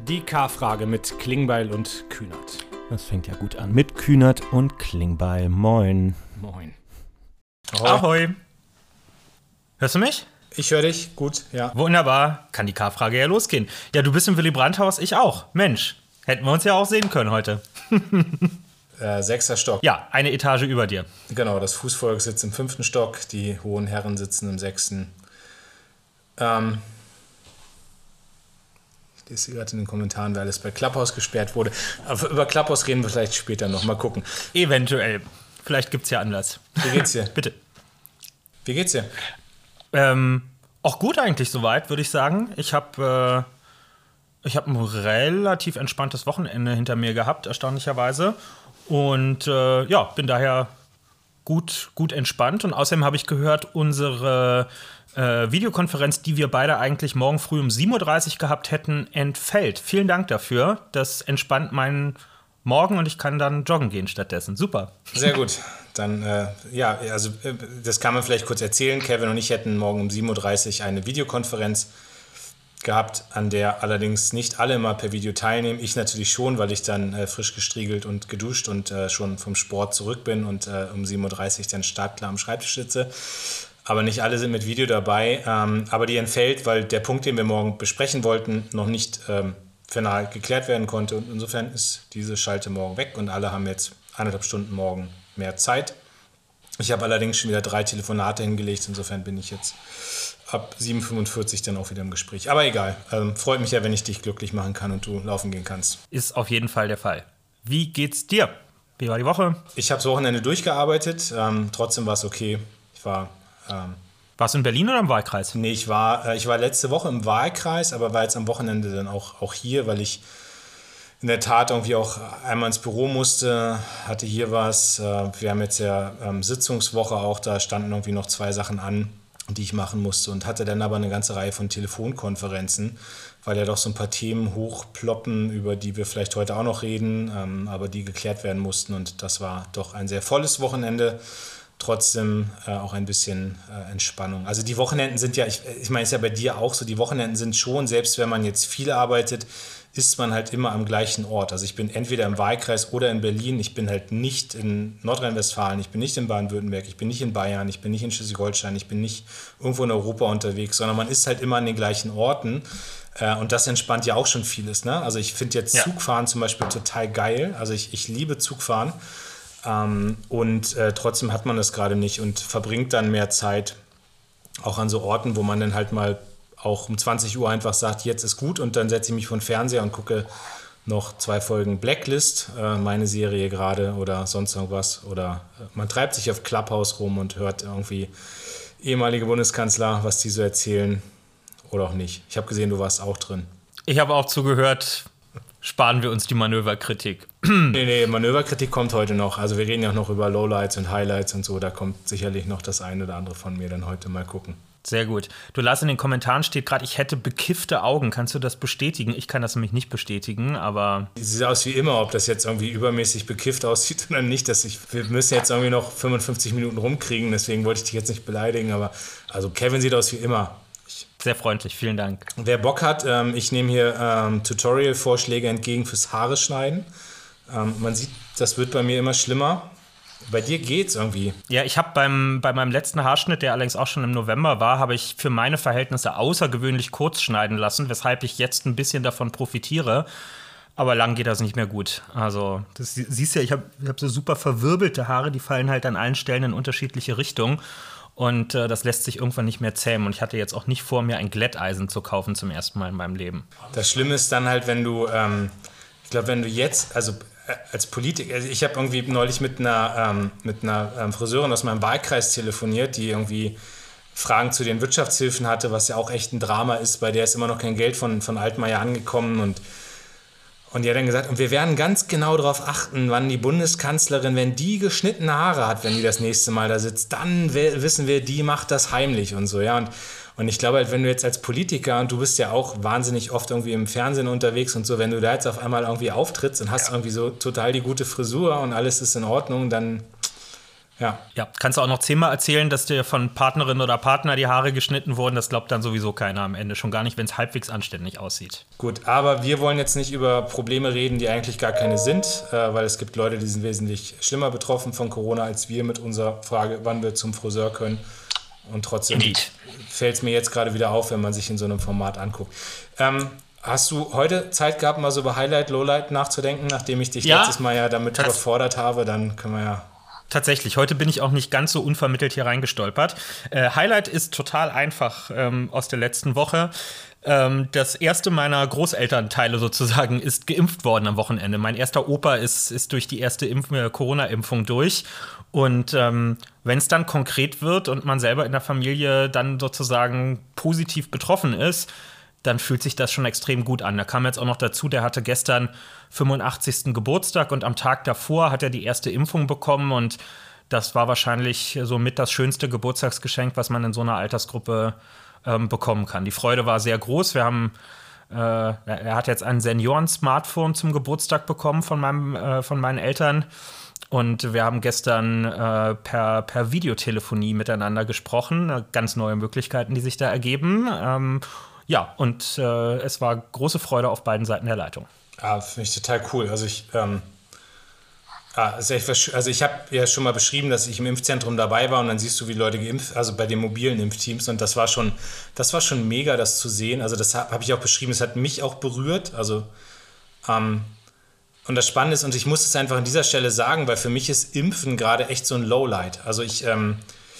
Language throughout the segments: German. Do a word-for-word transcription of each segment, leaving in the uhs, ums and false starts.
Die K-Frage mit Klingbeil und Kühnert. Das fängt ja gut an. Mit Kühnert und Klingbeil. Moin. Moin. Ahoi. Ahoi. Hörst du mich? Ich höre dich, gut, ja. Wunderbar, kann die K-Frage ja losgehen. Ja, du bist im Willy Brandt-Haus, ich auch. Mensch, hätten wir uns ja auch sehen können heute. äh, sechster Stock. Ja, eine Etage über dir. Genau, das Fußvolk sitzt im fünften Stock, die hohen Herren sitzen im sechsten. Ähm, ich lese gerade in den Kommentaren, weil alles bei Clubhouse gesperrt wurde. Aber über Clubhouse reden wir vielleicht später noch, mal gucken. Eventuell, vielleicht gibt es ja Anlass. Wie geht's dir? Bitte. Wie geht's dir? Ähm, auch gut eigentlich soweit, würde ich sagen. Ich habe äh, ich hab ein relativ entspanntes Wochenende hinter mir gehabt, erstaunlicherweise. Und äh, ja, bin daher gut, gut entspannt. Und außerdem habe ich gehört, unsere äh, Videokonferenz, die wir beide eigentlich morgen früh um sieben Uhr dreißig gehabt hätten, entfällt. Vielen Dank dafür. Das entspannt meinen Morgen und ich kann dann joggen gehen stattdessen. Super. Sehr gut. Dann, äh, ja, also äh, das kann man vielleicht kurz erzählen. Kevin und ich hätten morgen um sieben Uhr dreißig eine Videokonferenz gehabt, an der allerdings nicht alle mal per Video teilnehmen. Ich natürlich schon, weil ich dann äh, frisch gestriegelt und geduscht und äh, schon vom Sport zurück bin und äh, um sieben Uhr dreißig dann startklar am Schreibtisch sitze. Aber nicht alle sind mit Video dabei. Ähm, aber die entfällt, weil der Punkt, den wir morgen besprechen wollten, noch nicht ähm, final geklärt werden konnte. Und insofern ist diese Schalte morgen weg und alle haben jetzt eineinhalb Stunden morgen mehr Zeit. Ich habe allerdings schon wieder drei Telefonate hingelegt. Insofern bin ich jetzt ab sieben Uhr fünfundvierzig dann auch wieder im Gespräch. Aber egal. Ähm, freut mich ja, wenn ich dich glücklich machen kann und du laufen gehen kannst. Ist auf jeden Fall der Fall. Wie geht's dir? Wie war die Woche? Ich habe das Wochenende durchgearbeitet. Ähm, trotzdem war es okay. Ich war... Ähm, Warst du in Berlin oder im Wahlkreis? Nee, ich war, äh, ich war letzte Woche im Wahlkreis, aber war jetzt am Wochenende dann auch, auch hier, weil ich in der Tat irgendwie auch einmal ins Büro musste, hatte hier was. Wir haben jetzt ja ähm, Sitzungswoche auch, da standen irgendwie noch zwei Sachen an, die ich machen musste und hatte dann aber eine ganze Reihe von Telefonkonferenzen, weil ja doch so ein paar Themen hochploppen, über die wir vielleicht heute auch noch reden, ähm, aber die geklärt werden mussten und das war doch ein sehr volles Wochenende. Trotzdem äh, auch ein bisschen äh, Entspannung. Also die Wochenenden sind ja, ich, ich meine, es ist ja bei dir auch so, die Wochenenden sind schon, selbst wenn man jetzt viel arbeitet, ist man halt immer am gleichen Ort. Also ich bin entweder im Wahlkreis oder in Berlin. Ich bin halt nicht in Nordrhein-Westfalen, ich bin nicht in Baden-Württemberg, ich bin nicht in Bayern, ich bin nicht in Schleswig-Holstein, ich bin nicht irgendwo in Europa unterwegs, sondern man ist halt immer an den gleichen Orten. Äh, und das entspannt ja auch schon vieles. Ne? Also ich finde jetzt ja. Zugfahren zum Beispiel total geil. Also ich, ich liebe Zugfahren. Ähm, und äh, trotzdem hat man das gerade nicht und verbringt dann mehr Zeit auch an so Orten, wo man dann halt mal auch um zwanzig Uhr einfach sagt, jetzt ist gut und dann setze ich mich vor den Fernseher und gucke noch zwei Folgen Blacklist, äh, meine Serie gerade oder sonst irgendwas. Oder äh, man treibt sich auf Clubhouse rum und hört irgendwie ehemalige Bundeskanzler, was die so erzählen oder auch nicht. Ich habe gesehen, du warst auch drin. Ich habe auch zugehört. Sparen wir uns die Manöverkritik. Nee, nee, Manöverkritik kommt heute noch. Also wir reden ja noch über Lowlights und Highlights und so. Da kommt sicherlich noch das eine oder andere von mir dann heute mal gucken. Sehr gut. Du, Lars, in den Kommentaren steht gerade, ich hätte bekiffte Augen. Kannst du das bestätigen? Ich kann das nämlich nicht bestätigen, aber... Sie sieht aus wie immer, ob das jetzt irgendwie übermäßig bekifft aussieht oder nicht. Dass ich, wir müssen jetzt irgendwie noch fünfundfünfzig Minuten rumkriegen, deswegen wollte ich dich jetzt nicht beleidigen. Aber also Kevin sieht aus wie immer. Sehr freundlich, vielen Dank. Wer Bock hat, ähm, ich nehme hier ähm, Tutorial-Vorschläge entgegen fürs Haare schneiden. Ähm, man sieht, das wird bei mir immer schlimmer. Bei dir geht's irgendwie. Ja, ich habe beim bei meinem letzten Haarschnitt, der allerdings auch schon im November war, habe ich für meine Verhältnisse außergewöhnlich kurz schneiden lassen, weshalb ich jetzt ein bisschen davon profitiere. Aber lang geht das nicht mehr gut. Also, das siehst du ja, ich habe ich hab so super verwirbelte Haare, die fallen halt an allen Stellen in unterschiedliche Richtungen. Und äh, das lässt sich irgendwann nicht mehr zähmen. Und ich hatte jetzt auch nicht vor, mir ein Glätteisen zu kaufen zum ersten Mal in meinem Leben. Das Schlimme ist dann halt, wenn du, ähm, ich glaube, wenn du jetzt, also äh, als Politiker, also ich habe irgendwie neulich mit einer, ähm, mit einer ähm, Friseurin aus meinem Wahlkreis telefoniert, die irgendwie Fragen zu den Wirtschaftshilfen hatte, was ja auch echt ein Drama ist. Bei der ist immer noch kein Geld von, von Altmaier angekommen und Und die hat dann gesagt, und wir werden ganz genau darauf achten, wann die Bundeskanzlerin, wenn die geschnittene Haare hat, wenn die das nächste Mal da sitzt, dann wissen wir, die macht das heimlich und so, ja. Und, und ich glaube halt, wenn du jetzt als Politiker, und du bist ja auch wahnsinnig oft irgendwie im Fernsehen unterwegs und so, wenn du da jetzt auf einmal irgendwie auftrittst und hast ja. irgendwie so total die gute Frisur und alles ist in Ordnung, dann, Ja. Ja, kannst du auch noch zehnmal erzählen, dass dir von Partnerin oder Partner die Haare geschnitten wurden. Das glaubt dann sowieso keiner am Ende. Schon gar nicht, wenn es halbwegs anständig aussieht. Gut, aber wir wollen jetzt nicht über Probleme reden, die eigentlich gar keine sind, äh, weil es gibt Leute, die sind wesentlich schlimmer betroffen von Corona als wir mit unserer Frage, wann wir zum Friseur können. Und trotzdem fällt es mir jetzt gerade wieder auf, wenn man sich in so einem Format anguckt. Ähm, hast du heute Zeit gehabt, mal so über Highlight, Lowlight nachzudenken, nachdem ich dich ja, letztes Mal ja damit überfordert habe? Dann können wir ja... Tatsächlich, heute bin ich auch nicht ganz so unvermittelt hier reingestolpert. Äh, Highlight ist total einfach ähm, aus der letzten Woche. Ähm, das erste meiner Großelternteile sozusagen ist geimpft worden am Wochenende. Mein erster Opa ist, ist durch die erste Impf- äh, Corona-Impfung durch. Und ähm, wenn es dann konkret wird und man selber in der Familie dann sozusagen positiv betroffen ist, dann fühlt sich das schon extrem gut an. Da kam jetzt auch noch dazu, der hatte gestern fünfundachtzigsten Geburtstag und am Tag davor hat er die erste Impfung bekommen und das war wahrscheinlich somit das schönste Geburtstagsgeschenk, was man in so einer Altersgruppe ähm, bekommen kann. Die Freude war sehr groß. Wir haben, äh, er hat jetzt ein Senioren-Smartphone zum Geburtstag bekommen von, meinem, äh, von meinen Eltern. Und wir haben gestern äh, per, per Videotelefonie miteinander gesprochen. Ganz neue Möglichkeiten, die sich da ergeben. Ähm, Ja, und äh, es war große Freude auf beiden Seiten der Leitung. Ja, finde ich total cool. Also ich, ähm, also ich, also ich habe ja schon mal beschrieben, dass ich im Impfzentrum dabei war und dann siehst du, wie Leute geimpft, also bei den mobilen Impfteams und das war schon, das war schon mega, das zu sehen. Also das habe hab ich auch beschrieben, es hat mich auch berührt. Also ähm, und das Spannende ist, und ich muss es einfach an dieser Stelle sagen, weil für mich ist Impfen gerade echt so ein Lowlight. Also ich ähm,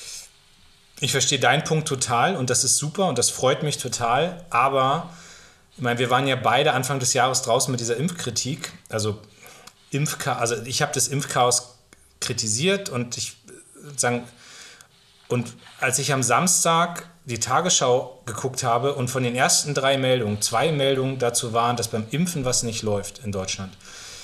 Ich verstehe deinen Punkt total und das ist super und das freut mich total, aber ich meine, wir waren ja beide Anfang des Jahres draußen mit dieser Impfkritik, also, Impfcha- also ich habe das Impfchaos kritisiert und ich sagen, und als ich am Samstag die Tagesschau geguckt habe und von den ersten drei Meldungen, zwei Meldungen dazu waren, dass beim Impfen was nicht läuft in Deutschland.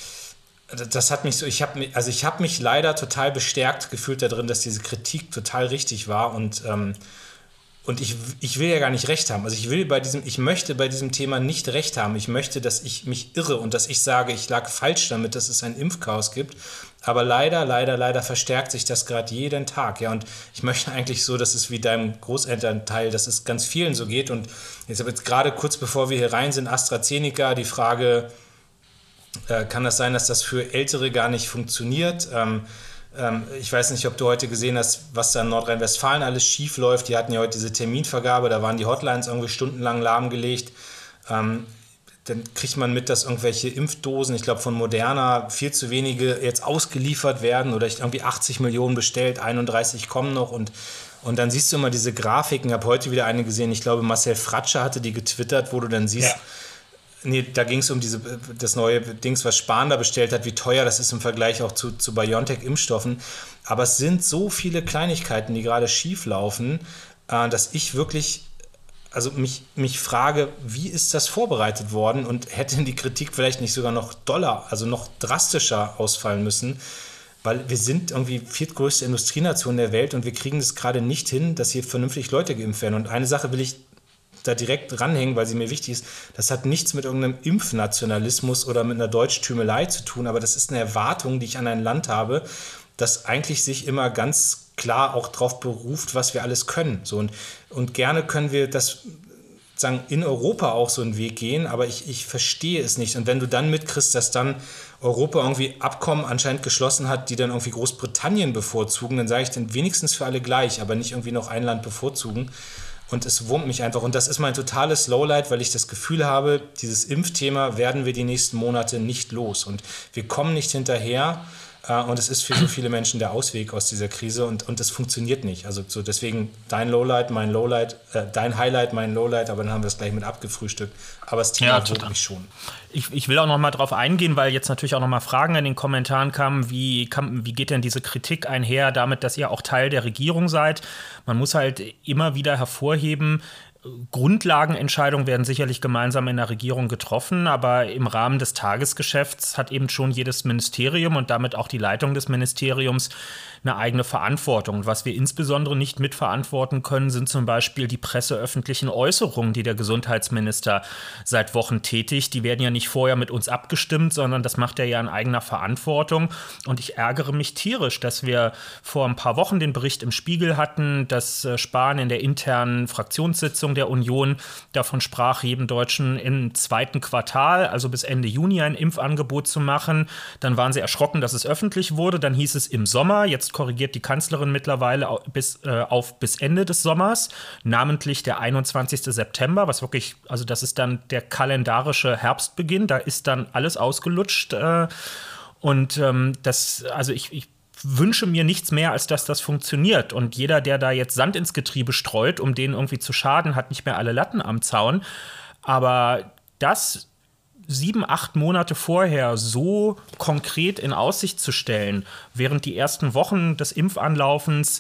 Das hat mich so, ich habe mich, also ich habe mich leider total bestärkt gefühlt da drin, dass diese Kritik total richtig war und, ähm, und ich, ich will ja gar nicht recht haben. Also ich will bei diesem, ich möchte bei diesem Thema nicht recht haben. Ich möchte, dass ich mich irre und dass ich sage, ich lag falsch damit, dass es ein Impfchaos gibt. Aber leider, leider, leider verstärkt sich das gerade jeden Tag. Ja, und ich möchte eigentlich so, dass es wie deinem Großelternteil, dass es ganz vielen so geht. Und jetzt habe jetzt gerade kurz bevor wir hier rein sind, AstraZeneca, die Frage, kann das sein, dass das für Ältere gar nicht funktioniert? Ähm, ähm, ich weiß nicht, ob du heute gesehen hast, was da in Nordrhein-Westfalen alles schief läuft. Die hatten ja heute diese Terminvergabe, da waren die Hotlines irgendwie stundenlang lahmgelegt. Ähm, dann kriegt man mit, dass irgendwelche Impfdosen, ich glaube von Moderna, viel zu wenige jetzt ausgeliefert werden oder irgendwie achtzig Millionen bestellt, einunddreißig kommen noch und Und dann siehst du immer diese Grafiken. Ich habe heute wieder eine gesehen, ich glaube Marcel Fratscher hatte die getwittert, wo du dann siehst, ja. Nee, da ging es um diese, das neue Dings, was Spahn da bestellt hat, wie teuer das ist im Vergleich auch zu, zu BioNTech-Impfstoffen. Aber es sind so viele Kleinigkeiten, die gerade schief laufen, äh, dass ich wirklich, also mich, mich frage, wie ist das vorbereitet worden und hätte die Kritik vielleicht nicht sogar noch doller, also noch drastischer ausfallen müssen? Weil wir sind irgendwie viertgrößte Industrienation der Welt und wir kriegen das gerade nicht hin, dass hier vernünftig Leute geimpft werden. Und eine Sache will ich da direkt ranhängen, weil sie mir wichtig ist. Das hat nichts mit irgendeinem Impfnationalismus oder mit einer Deutschtümelei zu tun, aber das ist eine Erwartung, die ich an ein Land habe, das eigentlich sich immer ganz klar auch darauf beruft, was wir alles können. So, und, und gerne können wir das sagen, in Europa auch so einen Weg gehen, aber ich, ich verstehe es nicht. Und wenn du dann mitkriegst, dass dann Europa irgendwie Abkommen anscheinend geschlossen hat, die dann irgendwie Großbritannien bevorzugen, dann sage ich dann wenigstens für alle gleich, aber nicht irgendwie noch ein Land bevorzugen. Und es wurmt mich einfach. Und das ist mein totales Lowlight, weil ich das Gefühl habe, dieses Impfthema werden wir die nächsten Monate nicht los. Und wir kommen nicht hinterher. Und es ist für so viele Menschen der Ausweg aus dieser Krise. Und, und es funktioniert nicht. Also so deswegen dein Lowlight, mein Lowlight, äh, dein Highlight, mein Lowlight. Aber dann haben wir es gleich mit abgefrühstückt. Aber das Thema ja, wurmt mich schon. Ich, ich will auch noch mal drauf eingehen, weil jetzt natürlich auch noch mal Fragen in den Kommentaren kamen, wie, kam, wie geht denn diese Kritik einher damit, dass ihr auch Teil der Regierung seid? Man muss halt immer wieder hervorheben, Grundlagenentscheidungen werden sicherlich gemeinsam in der Regierung getroffen, aber im Rahmen des Tagesgeschäfts hat eben schon jedes Ministerium und damit auch die Leitung des Ministeriums eine eigene Verantwortung. Und was wir insbesondere nicht mitverantworten können, sind zum Beispiel die presseöffentlichen Äußerungen, die der Gesundheitsminister seit Wochen tätigt. Die werden ja nicht vorher mit uns abgestimmt, sondern das macht er ja in eigener Verantwortung. Und ich ärgere mich tierisch, dass wir vor ein paar Wochen den Bericht im Spiegel hatten, dass Spahn in der internen Fraktionssitzung der Union davon sprach, jedem Deutschen im zweiten Quartal, also bis Ende Juni, ein Impfangebot zu machen. Dann waren sie erschrocken, dass es öffentlich wurde. Dann hieß es im Sommer. Jetzt korrigiert die Kanzlerin mittlerweile bis, äh, auf bis Ende des Sommers, namentlich der einundzwanzigsten September, was wirklich, also das ist dann der kalendarische Herbstbeginn. Da ist dann alles ausgelutscht. Äh, und ähm, das, also ich, ich wünsche mir nichts mehr, als dass das funktioniert. Und jeder, der da jetzt Sand ins Getriebe streut, um denen irgendwie zu schaden, hat nicht mehr alle Latten am Zaun. Aber das sieben, acht Monate vorher so konkret in Aussicht zu stellen, während die ersten Wochen des Impfanlaufens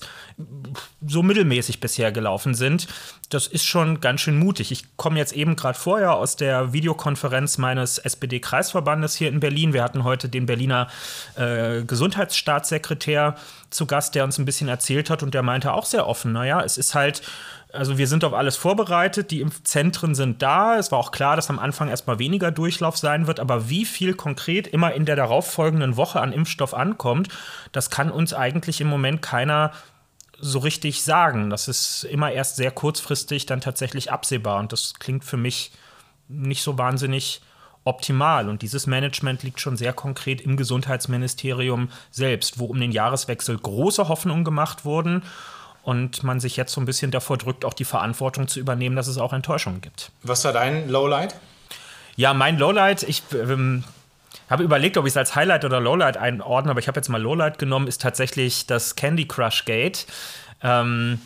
so mittelmäßig bisher gelaufen sind, das ist schon ganz schön mutig. Ich komme jetzt eben gerade vorher aus der Videokonferenz meines S P D-Kreisverbandes hier in Berlin. Wir hatten heute den Berliner äh, Gesundheitsstaatssekretär zu Gast, der uns ein bisschen erzählt hat und der meinte auch sehr offen, naja, es ist halt, also wir sind auf alles vorbereitet, die Impfzentren sind da. Es war auch klar, dass am Anfang erstmal weniger Durchlauf sein wird, aber wie viel konkret immer in der darauffolgenden Woche an Impfstoff ankommt, das kann uns eigentlich im Moment keiner so richtig sagen. Das ist immer erst sehr kurzfristig dann tatsächlich absehbar und das klingt für mich nicht so wahnsinnig optimal. Und dieses Management liegt schon sehr konkret im Gesundheitsministerium selbst, wo um den Jahreswechsel große Hoffnungen gemacht wurden und man sich jetzt so ein bisschen davor drückt, auch die Verantwortung zu übernehmen, dass es auch Enttäuschungen gibt. Was war dein Lowlight? Ja, mein Lowlight, ich ähm, habe überlegt, ob ich es als Highlight oder Lowlight einordne, aber ich habe jetzt mal Lowlight genommen, ist tatsächlich das Candy Crush Gate. Ähm,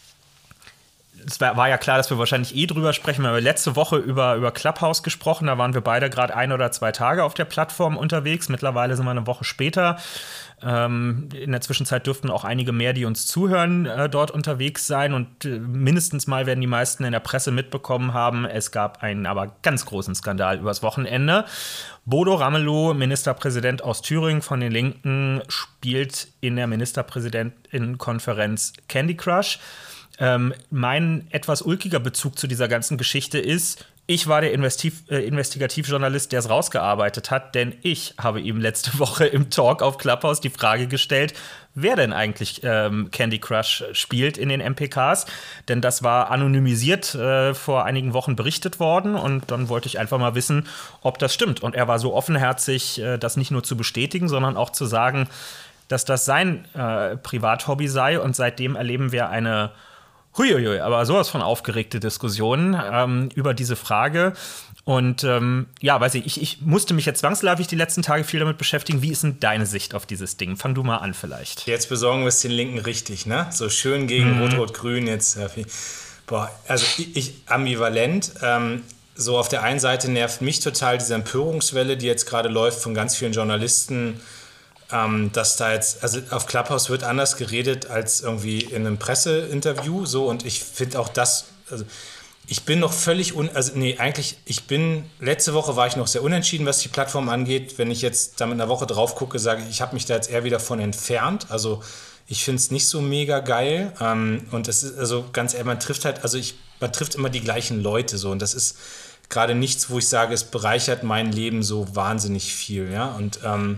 es war, war ja klar, dass wir wahrscheinlich eh drüber sprechen. Wir haben letzte Woche über, über Clubhouse gesprochen, da waren wir beide gerade ein oder zwei Tage auf der Plattform unterwegs. Mittlerweile sind wir eine Woche später. Ähm, in der Zwischenzeit dürften auch einige mehr, die uns zuhören, äh, dort unterwegs sein. Und äh, mindestens mal werden die meisten in der Presse mitbekommen haben, es gab einen aber ganz großen Skandal übers Wochenende. Bodo Ramelow, Ministerpräsident aus Thüringen von den Linken, spielt in der Ministerpräsidentenkonferenz Candy Crush. Ähm, mein etwas ulkiger Bezug zu dieser ganzen Geschichte ist, ich war der Investiv- äh, Investigativjournalist, der es rausgearbeitet hat, denn ich habe ihm letzte Woche im Talk auf Clubhouse die Frage gestellt, wer denn eigentlich ähm, Candy Crush spielt in den M P Ks. Denn das war anonymisiert äh, vor einigen Wochen berichtet worden und dann wollte ich einfach mal wissen, ob das stimmt. Und er war so offenherzig, äh, das nicht nur zu bestätigen, sondern auch zu sagen, dass das sein äh, Privathobby sei. Und seitdem erleben wir eine Huiuiui, aber sowas von aufgeregte Diskussionen ähm, über diese Frage. Und ähm, ja, weiß ich, ich, ich musste mich jetzt zwangsläufig die letzten Tage viel damit beschäftigen. Wie ist denn deine Sicht auf dieses Ding? Fang du mal an vielleicht. Jetzt besorgen wir es den Linken richtig, ne? So schön gegen mhm. Rot-Rot-Grün jetzt. Ja, viel. Boah, also ich, ich ambivalent. Ähm, so auf der einen Seite nervt mich total diese Empörungswelle, die jetzt gerade läuft von ganz vielen Journalisten, Ähm, dass da jetzt, also auf Clubhouse wird anders geredet als irgendwie in einem Presseinterview, so, und ich finde auch das, also ich bin noch völlig, un, also nee, eigentlich, ich bin, letzte Woche war ich noch sehr unentschieden, was die Plattform angeht. Wenn ich jetzt da mit einer Woche drauf gucke, sage ich, ich habe mich da jetzt eher wieder von entfernt, also ich finde es nicht so mega geil, ähm, und es ist, also ganz ehrlich, man trifft halt, also ich, man trifft immer die gleichen Leute, so, und das ist gerade nichts, wo ich sage, es bereichert mein Leben so wahnsinnig viel, ja, und ähm,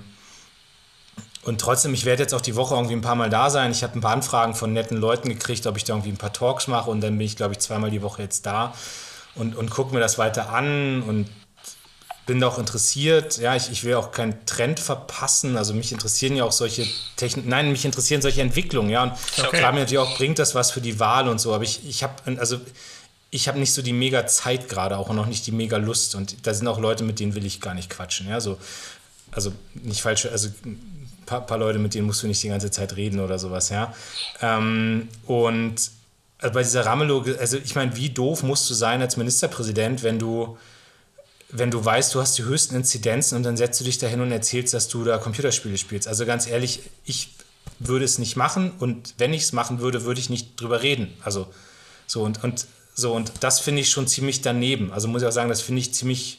Und trotzdem, ich werde jetzt auch die Woche irgendwie ein paar Mal da sein. Ich habe ein paar Anfragen von netten Leuten gekriegt, ob ich da irgendwie ein paar Talks mache. Und dann bin ich, glaube ich, zweimal die Woche jetzt da und, und gucke mir das weiter an und bin da auch interessiert. Ja, ich, ich will auch keinen Trend verpassen. Also mich interessieren ja auch solche Techniken. Nein, mich interessieren solche Entwicklungen. Ja, und okay. Gerade natürlich auch, bringt das was für die Wahl und so. Aber ich, ich habe also ich habe nicht so die mega Zeit gerade auch und auch nicht die mega Lust. Und da sind auch Leute, mit denen will ich gar nicht quatschen. Ja, so, also nicht falsch, also Paar, paar Leute, mit denen musst du nicht die ganze Zeit reden oder sowas, ja. Ähm, und also bei dieser Ramelow, also ich meine, wie doof musst du sein als Ministerpräsident, wenn du, wenn du weißt, du hast die höchsten Inzidenzen und dann setzt du dich da hin und erzählst, dass du da Computerspiele spielst. Also ganz ehrlich, ich würde es nicht machen und wenn ich es machen würde, würde ich nicht drüber reden. Also so und, und So, und das finde ich schon ziemlich daneben. Also muss ich auch sagen, das finde ich ziemlich...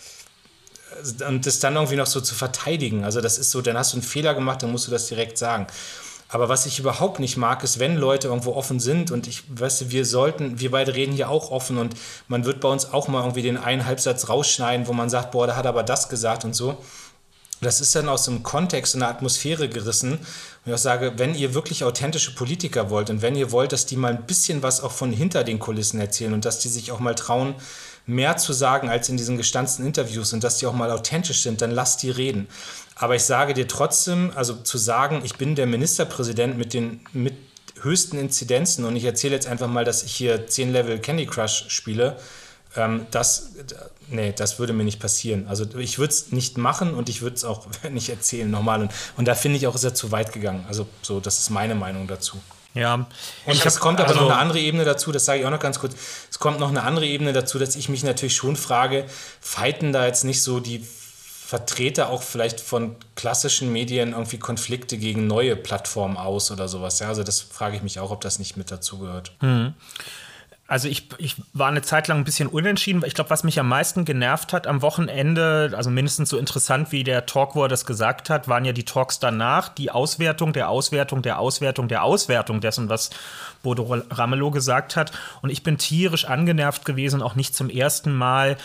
Und das dann irgendwie noch so zu verteidigen. Also das ist so, dann hast du einen Fehler gemacht, dann musst du das direkt sagen. Aber was ich überhaupt nicht mag, ist, wenn Leute irgendwo offen sind und ich, weißt du, wir sollten, wir beide reden hier auch offen und man wird bei uns auch mal irgendwie den einen Halbsatz rausschneiden, wo man sagt, boah, da hat er aber das gesagt und so. Das ist dann aus dem Kontext, einer Atmosphäre gerissen. Und ich auch sage, wenn ihr wirklich authentische Politiker wollt und wenn ihr wollt, dass die mal ein bisschen was auch von hinter den Kulissen erzählen und dass die sich auch mal trauen, mehr zu sagen als in diesen gestanzten Interviews und dass die auch mal authentisch sind, dann lasst die reden. Aber ich sage dir trotzdem, also zu sagen, ich bin der Ministerpräsident mit den mit höchsten Inzidenzen und ich erzähle jetzt einfach mal, dass ich hier zehn Level Candy Crush spiele, ähm, das, nee, das würde mir nicht passieren. Also ich würde es nicht machen und ich würde es auch nicht erzählen, normal. Und, und da finde ich auch, ist er zu weit gegangen. Also so, das ist meine Meinung dazu. Ja. Und ich es hab, kommt aber also, noch eine andere Ebene dazu, das sage ich auch noch ganz kurz, es kommt noch eine andere Ebene dazu, dass ich mich natürlich schon frage, fighten da jetzt nicht so die Vertreter auch vielleicht von klassischen Medien irgendwie Konflikte gegen neue Plattformen aus oder sowas? Ja, also das frage ich mich auch, ob das nicht mit dazugehört. Mhm. Also ich, ich war eine Zeit lang ein bisschen unentschieden. Ich glaube, was mich am meisten genervt hat am Wochenende, also mindestens so interessant wie der Talk, wo er das gesagt hat, waren ja die Talks danach, die Auswertung der Auswertung der Auswertung der Auswertung dessen, was Bodo Ramelow gesagt hat. Und ich bin tierisch angenervt gewesen, auch nicht zum ersten Mal,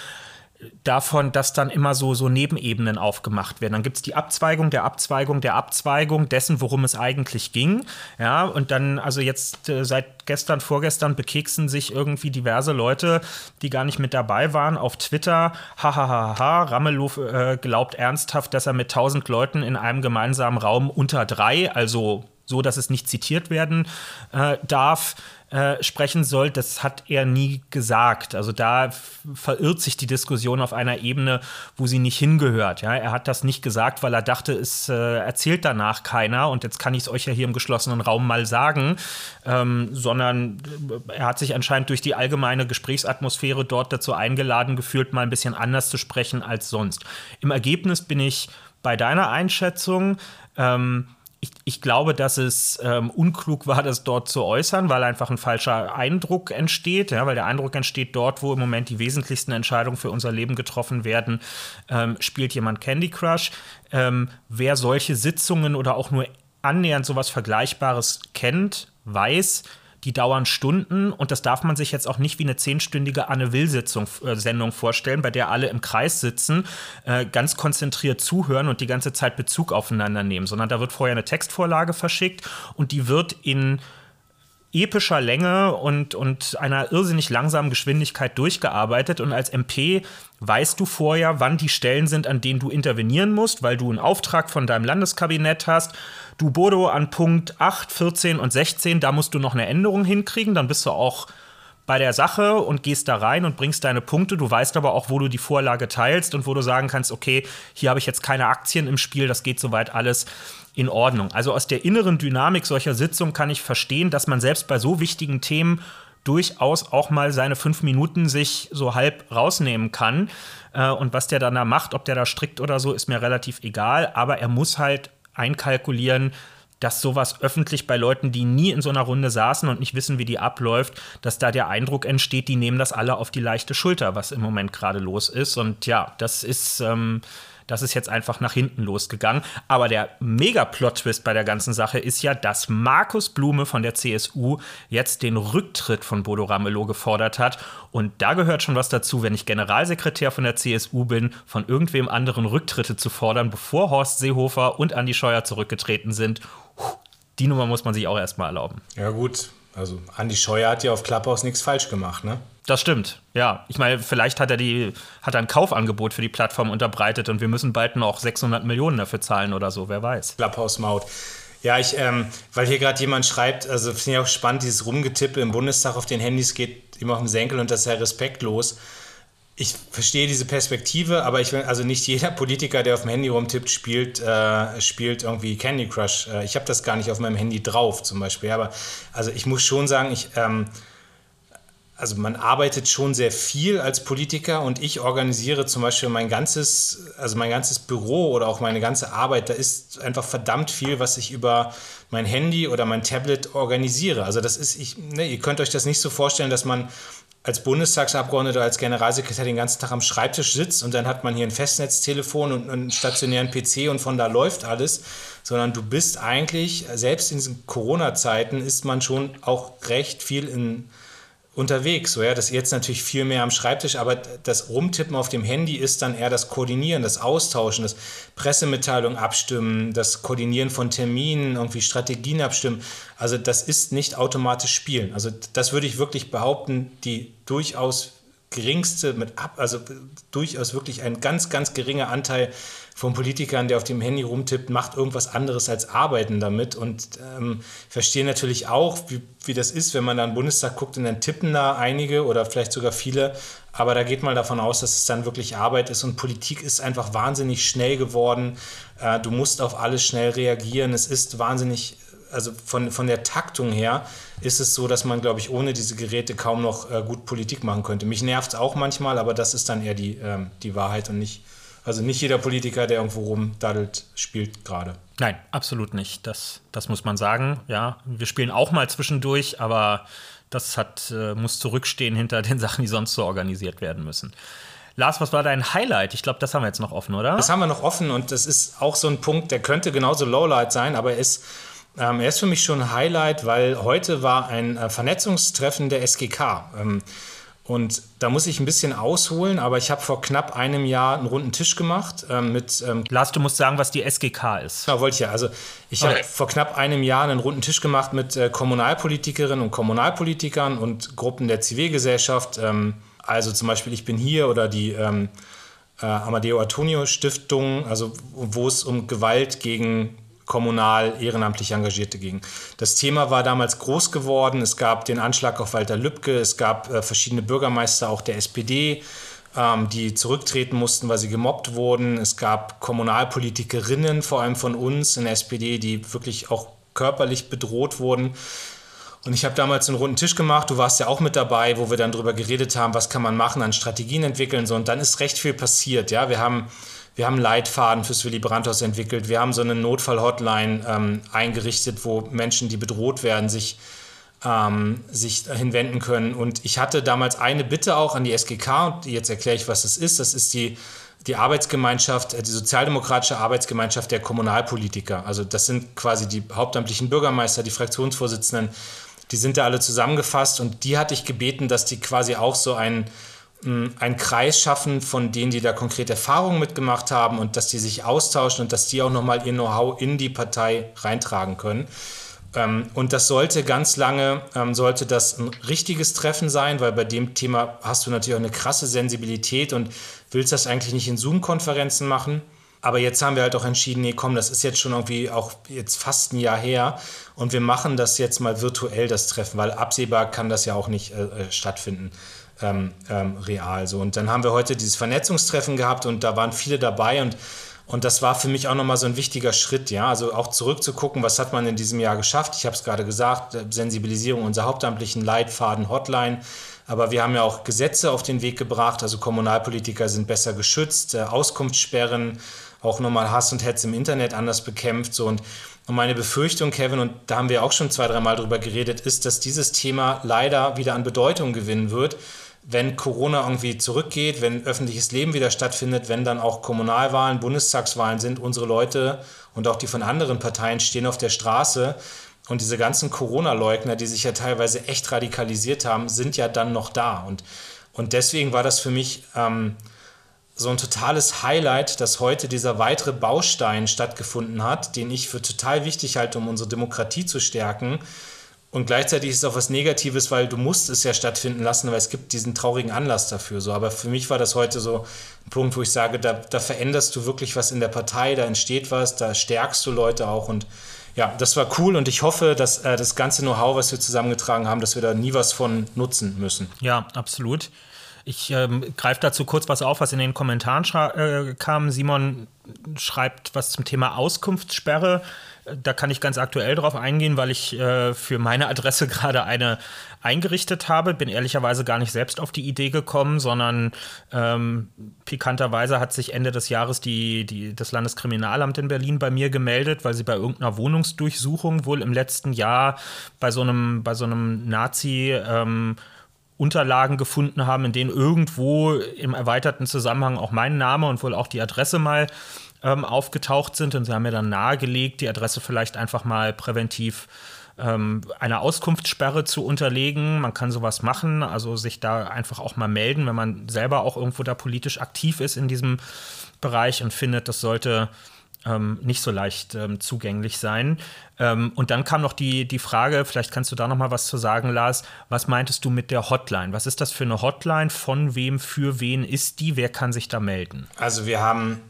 davon, dass dann immer so, so Nebenebenen aufgemacht werden. Dann gibt es die Abzweigung der Abzweigung der Abzweigung dessen, worum es eigentlich ging. Ja, und dann, also jetzt äh, seit gestern, vorgestern bekeksen sich irgendwie diverse Leute, die gar nicht mit dabei waren, auf Twitter. Hahaha, Ramelow äh, glaubt ernsthaft, dass er mit tausend Leuten in einem gemeinsamen Raum unter drei, also so, dass es nicht zitiert werden äh, darf, äh, sprechen soll, das hat er nie gesagt. Also da f- verirrt sich die Diskussion auf einer Ebene, wo sie nicht hingehört. Ja? Er hat das nicht gesagt, weil er dachte, es äh, erzählt danach keiner und jetzt kann ich es euch ja hier im geschlossenen Raum mal sagen, ähm, sondern er hat sich anscheinend durch die allgemeine Gesprächsatmosphäre dort dazu eingeladen gefühlt, mal ein bisschen anders zu sprechen als sonst. Im Ergebnis bin ich bei deiner Einschätzung. ähm, Ich, ich glaube, dass es ähm, unklug war, das dort zu äußern, weil einfach ein falscher Eindruck entsteht. Ja, weil der Eindruck entsteht, dort, wo im Moment die wesentlichsten Entscheidungen für unser Leben getroffen werden, ähm, spielt jemand Candy Crush. Ähm, wer solche Sitzungen oder auch nur annähernd sowas Vergleichbares kennt, weiß, die dauern Stunden und das darf man sich jetzt auch nicht wie eine zehnstündige Anne-Will-Sendung vorstellen, bei der alle im Kreis sitzen, äh, ganz konzentriert zuhören und die ganze Zeit Bezug aufeinander nehmen, sondern da wird vorher eine Textvorlage verschickt und die wird in epischer Länge und, und einer irrsinnig langsamen Geschwindigkeit durchgearbeitet und als M P weißt du vorher, wann die Stellen sind, an denen du intervenieren musst, weil du einen Auftrag von deinem Landeskabinett hast. Du, Bodo, an Punkt acht, vierzehn und sechzehn, da musst du noch eine Änderung hinkriegen, dann bist du auch bei der Sache und gehst da rein und bringst deine Punkte. Du weißt aber auch, wo du die Vorlage teilst und wo du sagen kannst, okay, hier habe ich jetzt keine Aktien im Spiel, das geht soweit alles in Ordnung. Also aus der inneren Dynamik solcher Sitzungen kann ich verstehen, dass man selbst bei so wichtigen Themen durchaus auch mal seine fünf Minuten sich so halb rausnehmen kann. Und was der dann da macht, ob der da strickt oder so, ist mir relativ egal. Aber er muss halt einkalkulieren, dass sowas öffentlich bei Leuten, die nie in so einer Runde saßen und nicht wissen, wie die abläuft, dass da der Eindruck entsteht, die nehmen das alle auf die leichte Schulter, was im Moment gerade los ist. Und ja, das ist, ähm, das ist jetzt einfach nach hinten losgegangen. Aber der Mega-Plot-Twist bei der ganzen Sache ist ja, dass Markus Blume von der C S U jetzt den Rücktritt von Bodo Ramelow gefordert hat. Und da gehört schon was dazu, wenn ich Generalsekretär von der C S U bin, von irgendwem anderen Rücktritte zu fordern, bevor Horst Seehofer und Andi Scheuer zurückgetreten sind. Die Nummer muss man sich auch erstmal erlauben. Ja gut, also Andi Scheuer hat ja auf Clubhouse nichts falsch gemacht, ne? Das stimmt, ja. Ich meine, vielleicht hat er, die, hat er ein Kaufangebot für die Plattform unterbreitet und wir müssen bald noch sechshundert Millionen dafür zahlen oder so, wer weiß. Clubhouse-Maut. Ja, ich, ähm, weil hier gerade jemand schreibt, also finde ich auch spannend, dieses Rumgetippe im Bundestag auf den Handys geht ihm auf den Senkel und das ist ja respektlos. Ich verstehe diese Perspektive, aber ich will, also nicht jeder Politiker, der auf dem Handy rumtippt, spielt, äh, spielt irgendwie Candy Crush. Äh, ich habe das gar nicht auf meinem Handy drauf zum Beispiel. Aber also ich muss schon sagen, ich, ähm, also man arbeitet schon sehr viel als Politiker und ich organisiere zum Beispiel mein ganzes, also mein ganzes Büro oder auch meine ganze Arbeit. Da ist einfach verdammt viel, was ich über mein Handy oder mein Tablet organisiere. Also das ist, ich, ne, ihr könnt euch das nicht so vorstellen, dass man als Bundestagsabgeordneter, als Generalsekretär den ganzen Tag am Schreibtisch sitzt und dann hat man hier ein Festnetztelefon und einen stationären P C und von da läuft alles, sondern du bist eigentlich, selbst in diesen Corona-Zeiten ist man schon auch recht viel in, unterwegs. So, ja, das ist jetzt natürlich viel mehr am Schreibtisch, aber das Rumtippen auf dem Handy ist dann eher das Koordinieren, das Austauschen, das Pressemitteilung abstimmen, das Koordinieren von Terminen, irgendwie Strategien abstimmen. Also das ist nicht automatisch Spielen. Also das würde ich wirklich behaupten, die durchaus geringste, mit ab, also durchaus wirklich ein ganz, ganz geringer Anteil von Politikern, der auf dem Handy rumtippt, macht irgendwas anderes als arbeiten damit. Und ähm, verstehe natürlich auch, wie, wie das ist, wenn man da in den Bundestag guckt und dann tippen da einige oder vielleicht sogar viele. Aber da geht man davon aus, dass es dann wirklich Arbeit ist. Und Politik ist einfach wahnsinnig schnell geworden. Äh, du musst auf alles schnell reagieren. Es ist wahnsinnig, also von, von der Taktung her ist es so, dass man, glaube ich, ohne diese Geräte kaum noch äh, gut Politik machen könnte. Mich nervt es auch manchmal, aber das ist dann eher die, ähm, die Wahrheit und nicht, also nicht jeder Politiker, der irgendwo rumdaddelt, spielt gerade. Nein, absolut nicht. Das, das muss man sagen. Ja, wir spielen auch mal zwischendurch, aber das hat, äh, muss zurückstehen hinter den Sachen, die sonst so organisiert werden müssen. Lars, was war dein Highlight? Ich glaube, das haben wir jetzt noch offen, oder? Das haben wir noch offen und das ist auch so ein Punkt, der könnte genauso Lowlight sein, aber er ist Ähm, er ist für mich schon ein Highlight, weil heute war ein äh, Vernetzungstreffen der S G K. Ähm, und da muss ich ein bisschen ausholen, aber ich habe vor knapp einem Jahr einen runden Tisch gemacht ähm, mit... Ähm, Lars, du musst sagen, was die S G K ist. Ja, wollte ich ja. Also ich okay. habe vor knapp einem Jahr einen runden Tisch gemacht mit äh, Kommunalpolitikerinnen und Kommunalpolitikern und Gruppen der Zivilgesellschaft. Ähm, also zum Beispiel Ich bin hier oder die ähm, äh, Amadeo Antonio Stiftung, also wo es um Gewalt gegen kommunal ehrenamtlich Engagierte ging. Das Thema war damals groß geworden. Es gab den Anschlag auf Walter Lübcke. Es gab äh, verschiedene Bürgermeister, auch der S P D, ähm, die zurücktreten mussten, weil sie gemobbt wurden. Es gab Kommunalpolitikerinnen, vor allem von uns in der S P D, die wirklich auch körperlich bedroht wurden. Und ich habe damals einen runden Tisch gemacht. Du warst ja auch mit dabei, wo wir dann darüber geredet haben, was kann man machen, an Strategien entwickeln. So. Und dann ist recht viel passiert. Ja, wir haben Wir haben einen Leitfaden fürs Willy Brandt-Haus entwickelt. Wir haben so eine Notfall-Hotline ähm, eingerichtet, wo Menschen, die bedroht werden, sich, ähm, sich hinwenden können. Und ich hatte damals eine Bitte auch an die S G K. Und jetzt erkläre ich, was das ist. Das ist die, die Arbeitsgemeinschaft, die sozialdemokratische Arbeitsgemeinschaft der Kommunalpolitiker. Also das sind quasi die hauptamtlichen Bürgermeister, die Fraktionsvorsitzenden. Die sind da alle zusammengefasst. Und die hatte ich gebeten, dass die quasi auch so ein einen Kreis schaffen von denen, die da konkrete Erfahrungen mitgemacht haben und dass die sich austauschen und dass die auch nochmal ihr Know-how in die Partei reintragen können. Und das sollte ganz lange, sollte das ein richtiges Treffen sein, weil bei dem Thema hast du natürlich auch eine krasse Sensibilität und willst das eigentlich nicht in Zoom-Konferenzen machen. Aber jetzt haben wir halt auch entschieden, nee, komm, das ist jetzt schon irgendwie auch jetzt fast ein Jahr her und wir machen das jetzt mal virtuell, das Treffen, weil absehbar kann das ja auch nicht äh, stattfinden. Ähm, ähm, real so. Und dann haben wir heute dieses Vernetzungstreffen gehabt und da waren viele dabei und, und das war für mich auch nochmal so ein wichtiger Schritt, ja, also auch zurückzugucken, was hat man in diesem Jahr geschafft. Ich habe es gerade gesagt, Sensibilisierung unserer hauptamtlichen Leitfaden, Hotline, aber wir haben ja auch Gesetze auf den Weg gebracht, also Kommunalpolitiker sind besser geschützt, äh, Auskunftssperren, auch nochmal Hass und Hetze im Internet anders bekämpft, so. Und Und meine Befürchtung, Kevin, und da haben wir auch schon zwei, dreimal drüber geredet, ist, dass dieses Thema leider wieder an Bedeutung gewinnen wird, wenn Corona irgendwie zurückgeht, wenn öffentliches Leben wieder stattfindet, wenn dann auch Kommunalwahlen, Bundestagswahlen sind, unsere Leute und auch die von anderen Parteien stehen auf der Straße und diese ganzen Corona-Leugner, die sich ja teilweise echt radikalisiert haben, sind ja dann noch da. Und, und deswegen war das für mich ähm, so ein totales Highlight, dass heute dieser weitere Baustein stattgefunden hat, den ich für total wichtig halte, um unsere Demokratie zu stärken. Und gleichzeitig ist es auch was Negatives, weil du musst es ja stattfinden lassen, weil es gibt diesen traurigen Anlass dafür. So. Aber für mich war das heute so ein Punkt, wo ich sage, da, da veränderst du wirklich was in der Partei, da entsteht was, da stärkst du Leute auch. Und ja, das war cool und ich hoffe, dass äh, das ganze Know-how, was wir zusammengetragen haben, dass wir da nie was von nutzen müssen. Ja, absolut. Ich ähm, greife dazu kurz was auf, was in den Kommentaren äh, kam. Simon schreibt was zum Thema Auskunftssperre. Da kann ich ganz aktuell drauf eingehen, weil ich äh, für meine Adresse gerade eine eingerichtet habe. Bin ehrlicherweise gar nicht selbst auf die Idee gekommen, sondern ähm, pikanterweise hat sich Ende des Jahres die, die, das Landeskriminalamt in Berlin bei mir gemeldet, weil sie bei irgendeiner Wohnungsdurchsuchung wohl im letzten Jahr bei so einem, bei so einem Nazi- ähm, Unterlagen gefunden haben, in denen irgendwo im erweiterten Zusammenhang auch mein Name und wohl auch die Adresse mal ähm, aufgetaucht sind. Und sie haben mir dann nahegelegt, die Adresse vielleicht einfach mal präventiv ähm, einer Auskunftssperre zu unterlegen. Man kann sowas machen, also sich da einfach auch mal melden, wenn man selber auch irgendwo da politisch aktiv ist in diesem Bereich und findet, das sollte ähm, nicht so leicht ähm, zugänglich sein. Ähm, und dann kam noch die, die Frage, vielleicht kannst du da noch mal was zu sagen, Lars, was meintest du mit der Hotline? Was ist das für eine Hotline? Von wem, für wen ist die? Wer kann sich da melden? Also wir haben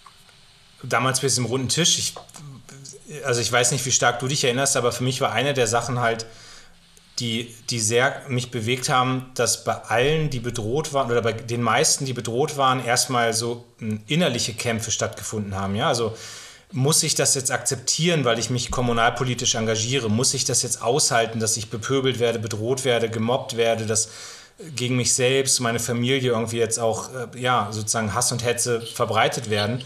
damals bis im runden Tisch, ich, also ich weiß nicht, wie stark du dich erinnerst, aber für mich war eine der Sachen halt, die, die sehr mich bewegt haben, dass bei allen, die bedroht waren, oder bei den meisten, die bedroht waren, erstmal so innerliche Kämpfe stattgefunden haben. Ja? Also muss ich das jetzt akzeptieren, weil ich mich kommunalpolitisch engagiere? Muss ich das jetzt aushalten, dass ich bepöbelt werde, bedroht werde, gemobbt werde, dass gegen mich selbst, meine Familie irgendwie jetzt auch ja, sozusagen Hass und Hetze verbreitet werden?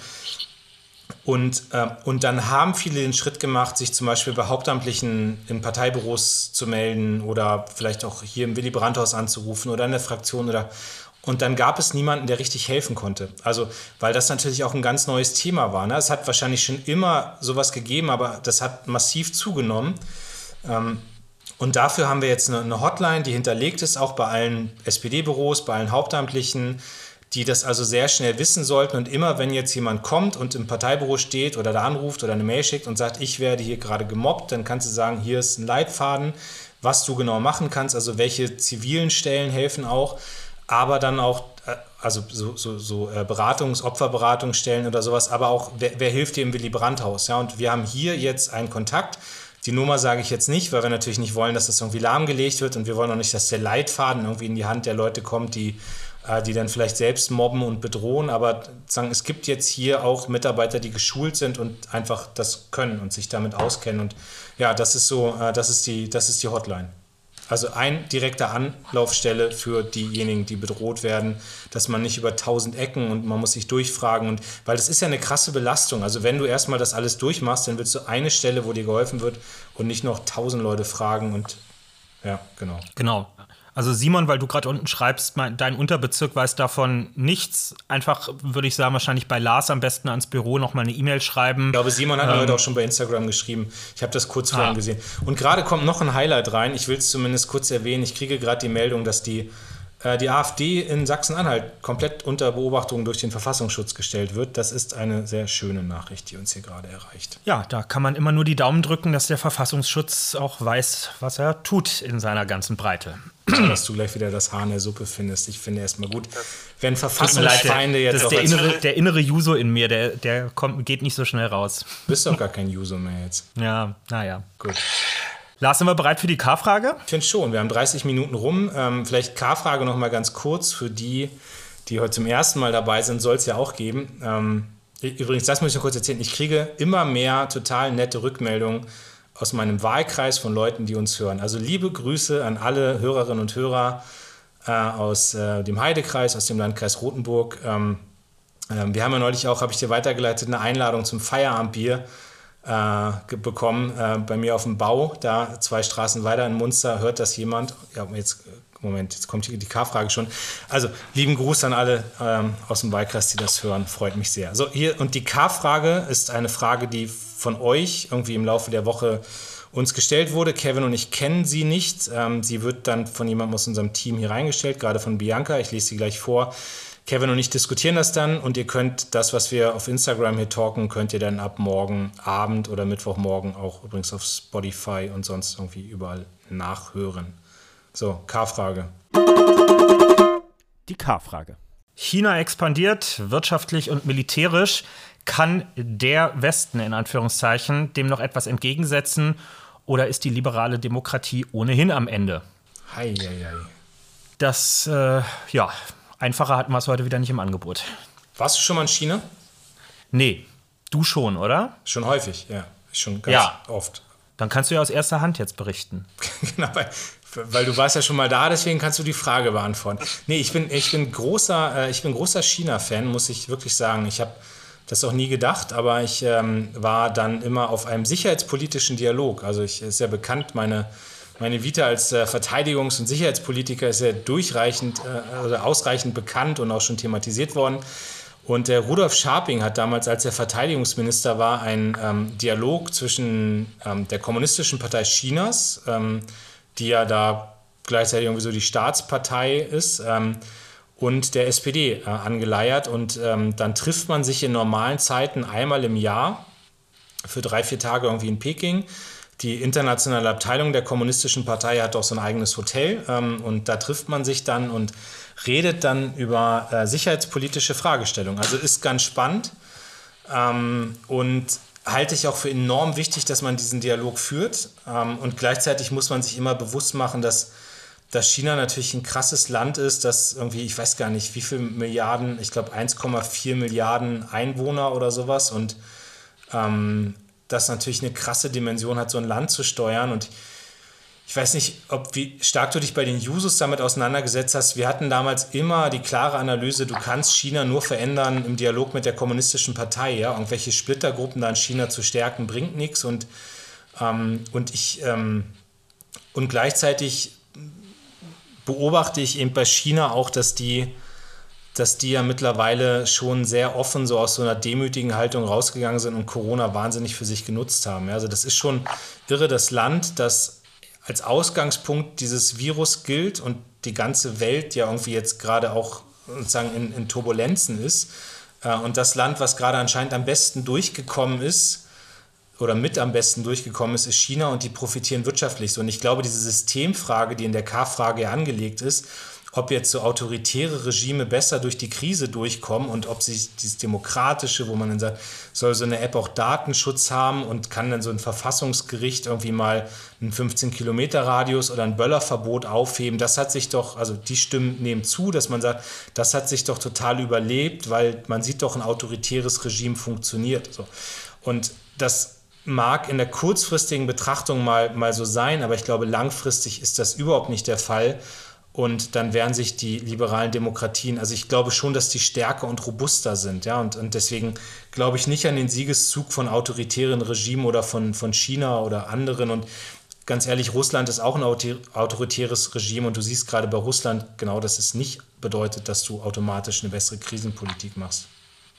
Und, äh, und dann haben viele den Schritt gemacht, sich zum Beispiel bei Hauptamtlichen in Parteibüros zu melden oder vielleicht auch hier im Willy Brandt-Haus anzurufen oder in der Fraktion. Oder, und dann gab es niemanden, der richtig helfen konnte. Also, weil das natürlich auch ein ganz neues Thema war. Ne? Es hat wahrscheinlich schon immer sowas gegeben, aber das hat massiv zugenommen. Ähm, und dafür haben wir jetzt eine, eine Hotline, die hinterlegt ist, auch bei allen S P D-Büros, bei allen Hauptamtlichen, die das also sehr schnell wissen sollten. Und immer, wenn jetzt jemand kommt und im Parteibüro steht oder da anruft oder eine Mail schickt und sagt, ich werde hier gerade gemobbt, dann kannst du sagen, hier ist ein Leitfaden, was du genau machen kannst, also welche zivilen Stellen helfen auch, aber dann auch, also so, so, so Beratungs-, Opferberatungsstellen oder sowas, aber auch, wer, wer hilft dir im Willy Brandt-Haus? Ja, und wir haben hier jetzt einen Kontakt. Die Nummer sage ich jetzt nicht, weil wir natürlich nicht wollen, dass das irgendwie lahmgelegt wird und wir wollen auch nicht, dass der Leitfaden irgendwie in die Hand der Leute kommt, die die dann vielleicht selbst mobben und bedrohen, aber sagen, es gibt jetzt hier auch Mitarbeiter, die geschult sind und einfach das können und sich damit auskennen und ja, das ist so, das ist die, das ist die Hotline. Also ein direkter Anlaufstelle für diejenigen, die bedroht werden, dass man nicht über tausend Ecken und man muss sich durchfragen und weil das ist ja eine krasse Belastung. Also wenn du erstmal das alles durchmachst, dann willst du eine Stelle, wo dir geholfen wird und nicht noch tausend Leute fragen und ja, genau. Genau. Also Simon, weil du gerade unten schreibst, mein, dein Unterbezirk weiß davon nichts. Einfach, würde ich sagen, wahrscheinlich bei Lars am besten ans Büro nochmal eine E-Mail schreiben. Ich glaube, Simon hat ähm, mir heute auch schon bei Instagram geschrieben. Ich habe das kurz vorhin ah. gesehen. Und gerade kommt noch ein Highlight rein. Ich will es zumindest kurz erwähnen. Ich kriege gerade die Meldung, dass die, äh, die AfD in Sachsen-Anhalt komplett unter Beobachtung durch den Verfassungsschutz gestellt wird. Das ist eine sehr schöne Nachricht, die uns hier gerade erreicht. Ja, da kann man immer nur die Daumen drücken, dass der Verfassungsschutz auch weiß, was er tut in seiner ganzen Breite. Dass du gleich wieder das Haar in der Suppe findest. Ich finde erstmal gut, wenn Verfassungsfeinde jetzt das ist der innere, der innere Juso in mir, der, der kommt, geht nicht so schnell raus. Du bist doch gar kein Juso mehr jetzt. Ja, naja. Gut. Lars, sind wir bereit für die K-Frage? Ich finde schon, wir haben dreißig Minuten rum. Ähm, vielleicht K-Frage noch mal ganz kurz für die, die heute zum ersten Mal dabei sind, soll es ja auch geben. Ähm, übrigens, das muss ich noch kurz erzählen, ich kriege immer mehr total nette Rückmeldungen aus meinem Wahlkreis von Leuten, die uns hören. Also liebe Grüße an alle Hörerinnen und Hörer äh, aus äh, dem Heidekreis, aus dem Landkreis Rothenburg. Ähm, äh, wir haben ja neulich auch, habe ich dir weitergeleitet, eine Einladung zum Feierabendbier äh, bekommen äh, bei mir auf dem Bau. Da zwei Straßen weiter in Munster hört das jemand. Ja, jetzt, Moment, jetzt kommt die, die K-Frage schon. Also lieben Gruß an alle ähm, aus dem Wahlkreis, die das hören. Freut mich sehr. So, hier, und die K-Frage ist eine Frage, die von euch irgendwie im Laufe der Woche uns gestellt wurde. Kevin und ich kennen sie nicht. Ähm, sie wird dann von jemandem aus unserem Team hier reingestellt, gerade von Bianca. Ich lese sie gleich vor. Kevin und ich diskutieren das dann und ihr könnt das, was wir auf Instagram hier talken, könnt ihr dann ab morgen Abend oder Mittwochmorgen auch übrigens auf Spotify und sonst irgendwie überall nachhören. So, K-Frage. Die K-Frage. China expandiert wirtschaftlich und militärisch. Kann der Westen in Anführungszeichen dem noch etwas entgegensetzen oder ist die liberale Demokratie ohnehin am Ende? Hei, hei, hei. Das, äh, ja, einfacher hatten wir es heute wieder nicht im Angebot. Warst du schon mal in China? Nee, du schon, oder? Schon häufig, ja. Schon ganz ja. oft. Dann kannst du ja aus erster Hand jetzt berichten. Genau, weil, weil du warst ja schon mal da, deswegen kannst du die Frage beantworten. Nee, ich bin, ich bin großer, äh, ich bin großer China-Fan, muss ich wirklich sagen. Ich habe das auch nie gedacht, aber ich ähm, war dann immer auf einem sicherheitspolitischen Dialog. Also ich ist ja bekannt, meine, meine Vita als äh, Verteidigungs- und Sicherheitspolitiker ist ja durchreichend äh, oder ausreichend bekannt und auch schon thematisiert worden. Und der Rudolf Scharping hat damals, als er Verteidigungsminister war, einen ähm, Dialog zwischen ähm, der Kommunistischen Partei Chinas, ähm, die ja da gleichzeitig irgendwie so die Staatspartei ist, ähm, und der S P D äh, angeleiert. Und ähm, dann trifft man sich in normalen Zeiten einmal im Jahr für drei, vier Tage irgendwie in Peking. Die internationale Abteilung der Kommunistischen Partei hat auch so ein eigenes Hotel, ähm, und da trifft man sich dann und redet dann über äh, sicherheitspolitische Fragestellungen. Also ist ganz spannend, ähm, und halte ich auch für enorm wichtig, dass man diesen Dialog führt. Ähm, und gleichzeitig muss man sich immer bewusst machen, dass, dass China natürlich ein krasses Land ist, das irgendwie, ich weiß gar nicht, wie viele Milliarden, ich glaube eins Komma vier Milliarden Einwohner oder sowas, und ähm, das natürlich eine krasse Dimension hat, so ein Land zu steuern. Und ich weiß nicht, ob wie stark du dich bei den Jusos damit auseinandergesetzt hast. Wir hatten damals immer die klare Analyse, du kannst China nur verändern im Dialog mit der Kommunistischen Partei. Ja? Irgendwelche Splittergruppen da in China zu stärken, bringt nichts. Und, ähm, und, ich, ähm, und gleichzeitig beobachte ich eben bei China auch, dass die, dass die ja mittlerweile schon sehr offen so aus so einer demütigen Haltung rausgegangen sind und Corona wahnsinnig für sich genutzt haben. Ja? Also das ist schon irre, das Land, das als Ausgangspunkt dieses Virus gilt und die ganze Welt ja irgendwie jetzt gerade auch sozusagen in, in Turbulenzen ist. Und das Land, was gerade anscheinend am besten durchgekommen ist oder mit am besten durchgekommen ist, ist China, und die profitieren wirtschaftlich so. Und ich glaube, diese Systemfrage, die in der K-Frage ja angelegt ist, ob jetzt so autoritäre Regime besser durch die Krise durchkommen und ob sich dieses Demokratische, wo man dann sagt, soll so eine App auch Datenschutz haben und kann dann so ein Verfassungsgericht irgendwie mal einen fünfzehn Kilometer Radius oder ein Böllerverbot aufheben, das hat sich doch, also die Stimmen nehmen zu, dass man sagt, das hat sich doch total überlebt, weil man sieht doch, ein autoritäres Regime funktioniert. So. Und das mag in der kurzfristigen Betrachtung mal, mal so sein, aber ich glaube, langfristig ist das überhaupt nicht der Fall. Und dann werden sich die liberalen Demokratien, also ich glaube schon, dass die stärker und robuster sind. Ja? Und, und deswegen glaube ich nicht an den Siegeszug von autoritären Regimen oder von, von China oder anderen. Und ganz ehrlich, Russland ist auch ein autoritäres Regime. Und du siehst gerade bei Russland genau, dass es nicht bedeutet, dass du automatisch eine bessere Krisenpolitik machst.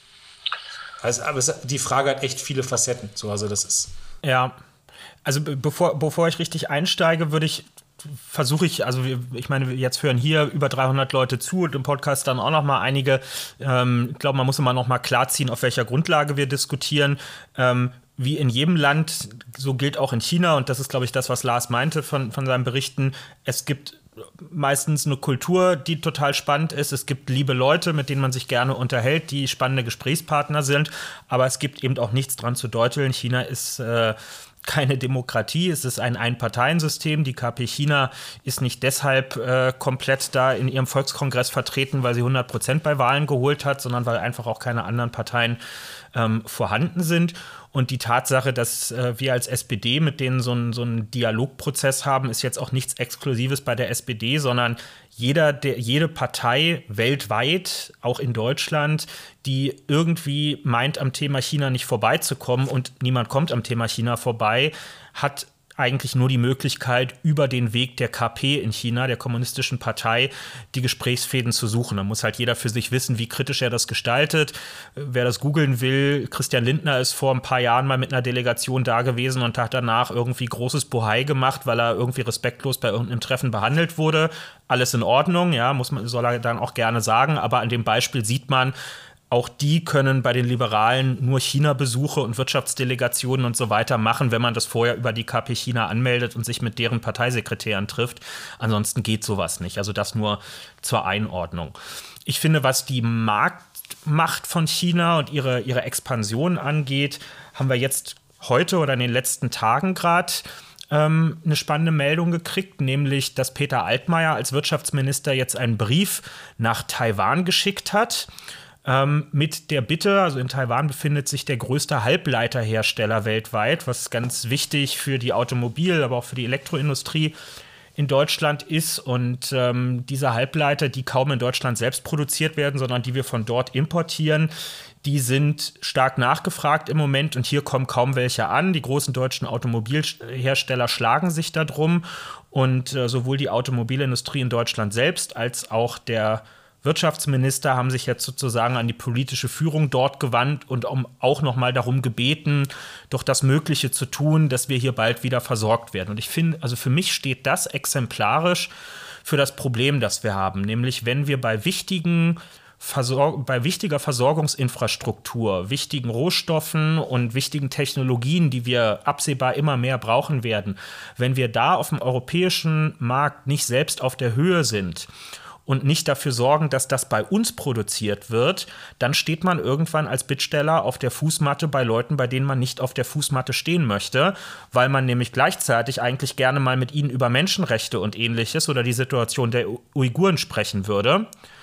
Also, aber es, die Frage hat echt viele Facetten. So, also das ist ja, also bevor, bevor ich richtig einsteige, würde ich versuche ich, also ich meine, jetzt hören hier über dreihundert Leute zu und im Podcast dann auch noch mal einige. Ähm, ich glaube, man muss immer noch mal klarziehen, auf welcher Grundlage wir diskutieren. Ähm, wie in jedem Land, so gilt auch in China, und das ist, glaube ich, das, was Lars meinte von, von seinen Berichten. Es gibt meistens eine Kultur, die total spannend ist. Es gibt liebe Leute, mit denen man sich gerne unterhält, die spannende Gesprächspartner sind. Aber es gibt eben auch nichts dran zu deuteln. China ist äh, keine Demokratie, es ist ein Einparteiensystem. Die K P China ist nicht deshalb äh, komplett da in ihrem Volkskongress vertreten, weil sie hundert Prozent bei Wahlen geholt hat, sondern weil einfach auch keine anderen Parteien ähm, vorhanden sind. Und die Tatsache, dass äh, wir als S P D mit denen so einen so einen Dialogprozess haben, ist jetzt auch nichts Exklusives bei der S P D, sondern jeder, der, jede Partei weltweit, auch in Deutschland, die irgendwie meint, am Thema China nicht vorbeizukommen, und niemand kommt am Thema China vorbei, hat eigentlich nur die Möglichkeit, über den Weg der K P in China, der Kommunistischen Partei, die Gesprächsfäden zu suchen. Da muss halt jeder für sich wissen, wie kritisch er das gestaltet. Wer das googeln will, Christian Lindner ist vor ein paar Jahren mal mit einer Delegation da gewesen und hat danach irgendwie großes Bohai gemacht, weil er irgendwie respektlos bei irgendeinem Treffen behandelt wurde. Alles in Ordnung, ja, muss man, soll er dann auch gerne sagen. Aber an dem Beispiel sieht man, auch die können bei den Liberalen nur China-Besuche und Wirtschaftsdelegationen und so weiter machen, wenn man das vorher über die K P China anmeldet und sich mit deren Parteisekretären trifft. Ansonsten geht sowas nicht. Also das nur zur Einordnung. Ich finde, was die Marktmacht von China und ihre, ihre Expansion angeht, haben wir jetzt heute oder in den letzten Tagen gerade ähm, eine spannende Meldung gekriegt, nämlich, dass Peter Altmaier als Wirtschaftsminister jetzt einen Brief nach Taiwan geschickt hat, Ähm, mit der Bitte, also in Taiwan befindet sich der größte Halbleiterhersteller weltweit, was ganz wichtig für die Automobil-, aber auch für die Elektroindustrie in Deutschland ist. Und ähm, diese Halbleiter, die kaum in Deutschland selbst produziert werden, sondern die wir von dort importieren, die sind stark nachgefragt im Moment, und hier kommen kaum welche an. Die großen deutschen Automobilhersteller schlagen sich da drum. Und äh, sowohl die Automobilindustrie in Deutschland selbst als auch der Wirtschaftsminister haben sich jetzt sozusagen an die politische Führung dort gewandt und um auch noch mal darum gebeten, doch das Mögliche zu tun, dass wir hier bald wieder versorgt werden. Und ich finde, also für mich steht das exemplarisch für das Problem, das wir haben, nämlich wenn wir bei wichtigen Versor- bei wichtiger Versorgungsinfrastruktur, wichtigen Rohstoffen und wichtigen Technologien, die wir absehbar immer mehr brauchen werden, wenn wir da auf dem europäischen Markt nicht selbst auf der Höhe sind und nicht dafür sorgen, dass das bei uns produziert wird, dann steht man irgendwann als Bittsteller auf der Fußmatte bei Leuten, bei denen man nicht auf der Fußmatte stehen möchte, weil man nämlich gleichzeitig eigentlich gerne mal mit ihnen über Menschenrechte und Ähnliches oder die Situation der Uiguren sprechen würde.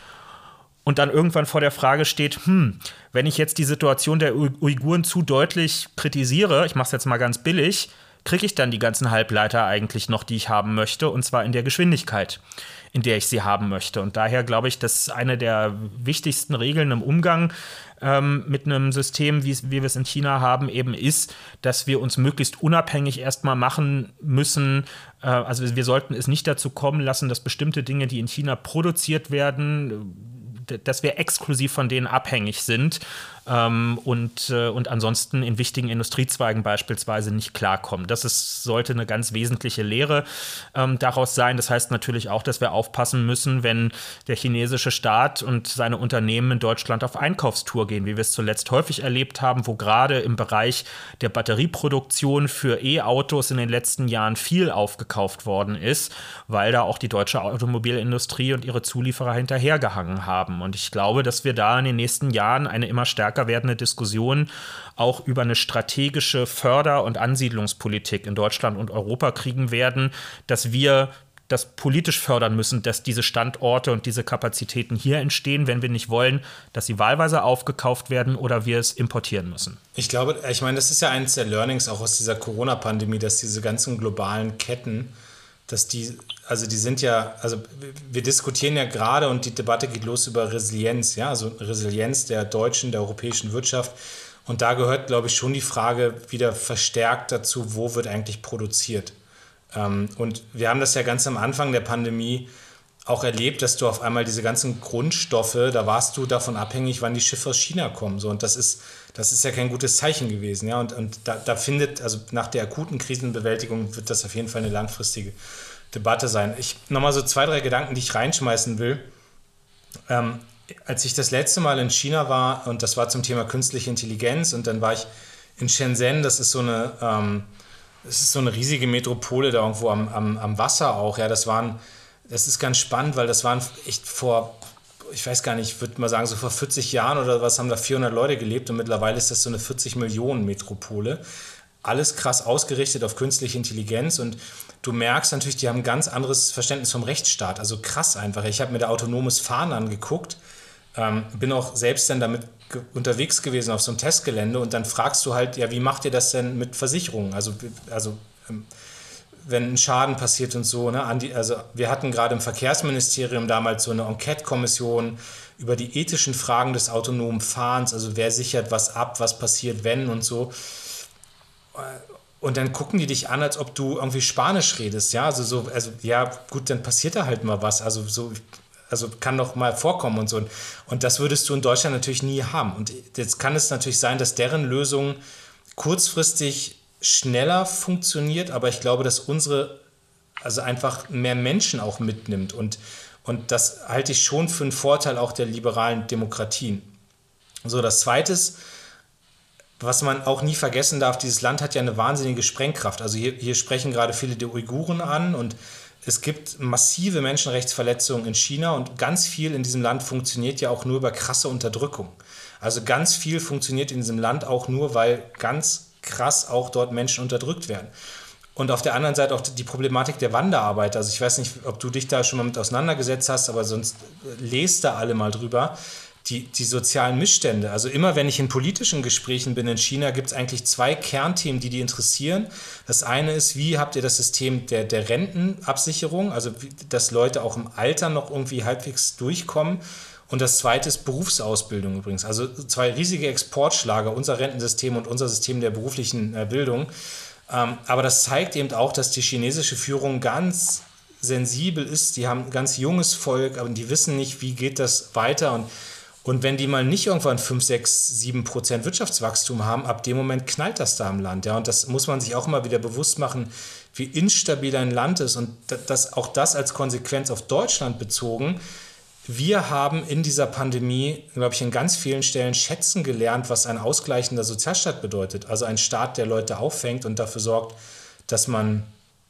Und dann irgendwann vor der Frage steht, hm, wenn ich jetzt die Situation der Uiguren zu deutlich kritisiere, ich mache es jetzt mal ganz billig, kriege ich dann die ganzen Halbleiter eigentlich noch, die ich haben möchte, und zwar in der Geschwindigkeit, in der ich sie haben möchte. Und daher glaube ich, dass eine der wichtigsten Regeln im Umgang ähm, mit einem System, wie, wie wir es in China haben, eben ist, dass wir uns möglichst unabhängig erstmal machen müssen. Äh, also wir sollten es nicht dazu kommen lassen, dass bestimmte Dinge, die in China produziert werden, dass wir exklusiv von denen abhängig sind ähm, und, äh, und ansonsten in wichtigen Industriezweigen beispielsweise nicht klarkommen. Das ist, sollte eine ganz wesentliche Lehre ähm, daraus sein. Das heißt natürlich auch, dass wir aufpassen müssen, wenn der chinesische Staat und seine Unternehmen in Deutschland auf Einkaufstour gehen, wie wir es zuletzt häufig erlebt haben, wo gerade im Bereich der Batterieproduktion für E-Autos in den letzten Jahren viel aufgekauft worden ist, weil da auch die deutsche Automobilindustrie und ihre Zulieferer hinterhergehangen haben. Und ich glaube, dass wir da in den nächsten Jahren eine immer stärker werdende Diskussion auch über eine strategische Förder- und Ansiedlungspolitik in Deutschland und Europa kriegen werden, dass wir das politisch fördern müssen, dass diese Standorte und diese Kapazitäten hier entstehen, wenn wir nicht wollen, dass sie wahlweise aufgekauft werden oder wir es importieren müssen. Ich glaube, ich meine, das ist ja eines der Learnings auch aus dieser Corona-Pandemie, dass diese ganzen globalen Ketten, dass die, also die sind ja, also wir diskutieren ja gerade und die Debatte geht los über Resilienz, ja, also Resilienz der deutschen, der europäischen Wirtschaft. Und da gehört, glaube ich, schon die Frage wieder verstärkt dazu, wo wird eigentlich produziert. Ähm, und wir haben das ja ganz am Anfang der Pandemie auch erlebt, dass du auf einmal diese ganzen Grundstoffe, da warst du davon abhängig, wann die Schiffe aus China kommen. So, und das ist, das ist ja kein gutes Zeichen gewesen. Ja? Und, und da, da findet, also nach der akuten Krisenbewältigung wird das auf jeden Fall eine langfristige Debatte sein. Ich nochmal so zwei, drei Gedanken, die ich reinschmeißen will. Ähm, als ich das letzte Mal in China war, und das war zum Thema künstliche Intelligenz, und dann war ich in Shenzhen, das ist so eine, ähm, das ist so eine riesige Metropole da irgendwo am, am, am Wasser auch. Ja, das waren Das ist ganz spannend, weil das waren echt vor, ich weiß gar nicht, ich würde mal sagen, so vor vierzig Jahren oder was haben da vierhundert Leute gelebt und mittlerweile ist das so eine vierzig Millionen Metropole. Alles krass ausgerichtet auf künstliche Intelligenz und du merkst natürlich, die haben ein ganz anderes Verständnis vom Rechtsstaat. Also krass einfach. Ich habe mir da autonomes Fahren angeguckt, ähm, bin auch selbst dann damit ge- unterwegs gewesen auf so einem Testgelände und dann fragst du halt, ja, wie macht ihr das denn mit Versicherungen? Also, also ähm, wenn ein Schaden passiert und so. Ne? Also wir hatten gerade im Verkehrsministerium damals so eine Enquete-Kommission über die ethischen Fragen des autonomen Fahrens, also wer sichert was ab, was passiert, wenn und so. Und dann gucken die dich an, als ob du irgendwie Spanisch redest. Ja, also so, also ja, gut, dann passiert da halt mal was. Also so, also kann doch mal vorkommen und so. Und das würdest du in Deutschland natürlich nie haben. Und jetzt kann es natürlich sein, dass deren Lösung kurzfristig schneller funktioniert, aber ich glaube, dass unsere, also einfach mehr Menschen auch mitnimmt und, und das halte ich schon für einen Vorteil auch der liberalen Demokratien. So, das Zweite ist, was man auch nie vergessen darf, dieses Land hat ja eine wahnsinnige Sprengkraft. Also hier, hier sprechen gerade viele die Uiguren an und es gibt massive Menschenrechtsverletzungen in China und ganz viel in diesem Land funktioniert ja auch nur über krasse Unterdrückung. Also ganz viel funktioniert in diesem Land auch nur, weil ganz krass auch dort Menschen unterdrückt werden. Und auf der anderen Seite auch die Problematik der Wanderarbeiter. Also ich weiß nicht, ob du dich da schon mal mit auseinandergesetzt hast, aber sonst lest da alle mal drüber. Die, die sozialen Missstände. Also immer, wenn ich in politischen Gesprächen bin in China, gibt es eigentlich zwei Kernthemen, die die interessieren. Das eine ist, wie habt ihr das System der, der Rentenabsicherung, also dass Leute auch im Alter noch irgendwie halbwegs durchkommen. Und das zweite ist Berufsausbildung übrigens. Also zwei riesige Exportschlager, unser Rentensystem und unser System der beruflichen äh, Bildung. Ähm, aber das zeigt eben auch, dass die chinesische Führung ganz sensibel ist. Die haben ein ganz junges Volk, aber die wissen nicht, wie geht das weiter. Und, und wenn die mal nicht irgendwann fünf, sechs, sieben Prozent Wirtschaftswachstum haben, ab dem Moment knallt das da im Land. Ja? Und das muss man sich auch immer wieder bewusst machen, wie instabil ein Land ist. Und das, auch das als Konsequenz auf Deutschland bezogen. Wir haben in dieser Pandemie, glaube ich, in ganz vielen Stellen schätzen gelernt, was ein ausgleichender Sozialstaat bedeutet. Also ein Staat, der Leute auffängt und dafür sorgt, dass man,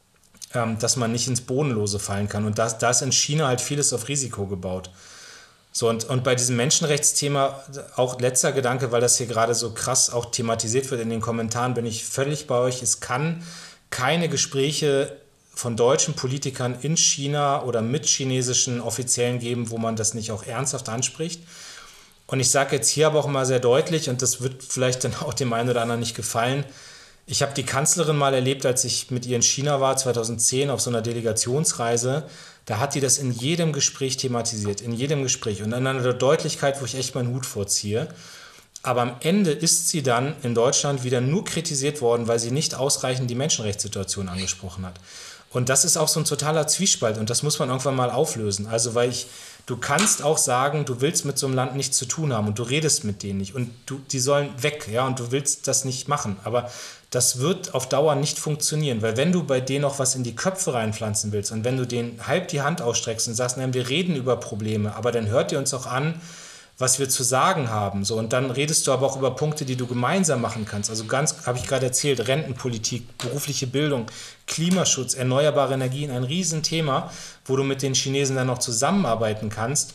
ähm, dass man nicht ins Bodenlose fallen kann. Und da das, das ist in China halt vieles auf Risiko gebaut. So, und, und bei diesem Menschenrechtsthema auch letzter Gedanke, weil das hier gerade so krass auch thematisiert wird in den Kommentaren, bin ich völlig bei euch. Es kann keine Gespräche von deutschen Politikern in China oder mit chinesischen Offiziellen geben, wo man das nicht auch ernsthaft anspricht. Und ich sage jetzt hier aber auch mal sehr deutlich, und das wird vielleicht dann auch dem einen oder anderen nicht gefallen, ich habe die Kanzlerin mal erlebt, als ich mit ihr in China war, zweitausendzehn, auf so einer Delegationsreise. Da hat die das in jedem Gespräch thematisiert, in jedem Gespräch. Und in einer Deutlichkeit, wo ich echt meinen Hut vorziehe. Aber am Ende ist sie dann in Deutschland wieder nur kritisiert worden, weil sie nicht ausreichend die Menschenrechtssituation angesprochen hat. Und das ist auch so ein totaler Zwiespalt und das muss man irgendwann mal auflösen. Also weil ich, du kannst auch sagen, du willst mit so einem Land nichts zu tun haben und du redest mit denen nicht und du, die sollen weg, ja, und du willst das nicht machen. Aber das wird auf Dauer nicht funktionieren, weil wenn du bei denen noch was in die Köpfe reinpflanzen willst und wenn du denen halb die Hand ausstreckst und sagst, nein, wir reden über Probleme, aber dann hört ihr uns auch an, was wir zu sagen haben. So, und dann redest du aber auch über Punkte, die du gemeinsam machen kannst. Also ganz, habe ich gerade erzählt, Rentenpolitik, berufliche Bildung, Klimaschutz, erneuerbare Energien, ein Riesenthema, wo du mit den Chinesen dann noch zusammenarbeiten kannst.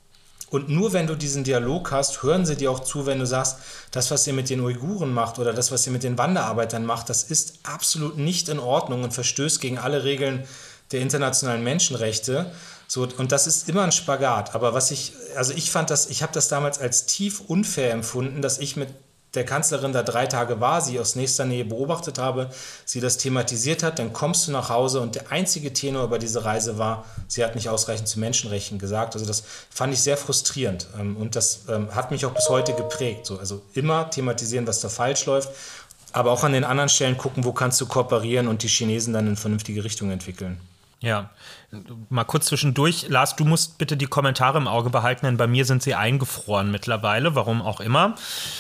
Und nur wenn du diesen Dialog hast, hören sie dir auch zu, wenn du sagst, das, was ihr mit den Uiguren macht oder das, was ihr mit den Wanderarbeitern macht, das ist absolut nicht in Ordnung und verstößt gegen alle Regeln der internationalen Menschenrechte. So, und das ist immer ein Spagat. Aber was ich, also ich fand das, ich habe das damals als tief unfair empfunden, dass ich mit der Kanzlerin da drei Tage war, sie aus nächster Nähe beobachtet habe, sie das thematisiert hat, dann kommst du nach Hause und der einzige Tenor über diese Reise war, sie hat nicht ausreichend zu Menschenrechten gesagt. Also das fand ich sehr frustrierend und das hat mich auch bis heute geprägt. So, also immer thematisieren, was da falsch läuft, aber auch an den anderen Stellen gucken, wo kannst du kooperieren und die Chinesen dann in vernünftige Richtung entwickeln. Ja, mal kurz zwischendurch. Lars, du musst bitte die Kommentare im Auge behalten, denn bei mir sind sie eingefroren mittlerweile, warum auch immer.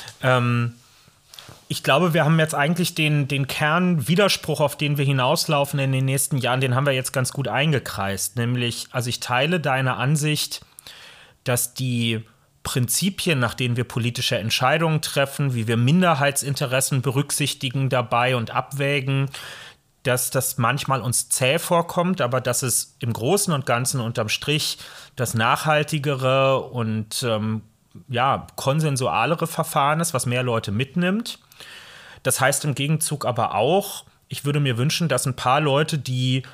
Ähm, ich glaube, wir haben jetzt eigentlich den, den Kernwiderspruch, auf den wir hinauslaufen in den nächsten Jahren, den haben wir jetzt ganz gut eingekreist. Nämlich, also ich teile deine Ansicht, dass die Prinzipien, nach denen wir politische Entscheidungen treffen, wie wir Minderheitsinteressen berücksichtigen dabei und abwägen, dass das manchmal uns zäh vorkommt, aber dass es im Großen und Ganzen unterm Strich das nachhaltigere und ähm, ja, konsensualere Verfahren ist, was mehr Leute mitnimmt. Das heißt im Gegenzug aber auch, ich würde mir wünschen, dass ein paar Leute, die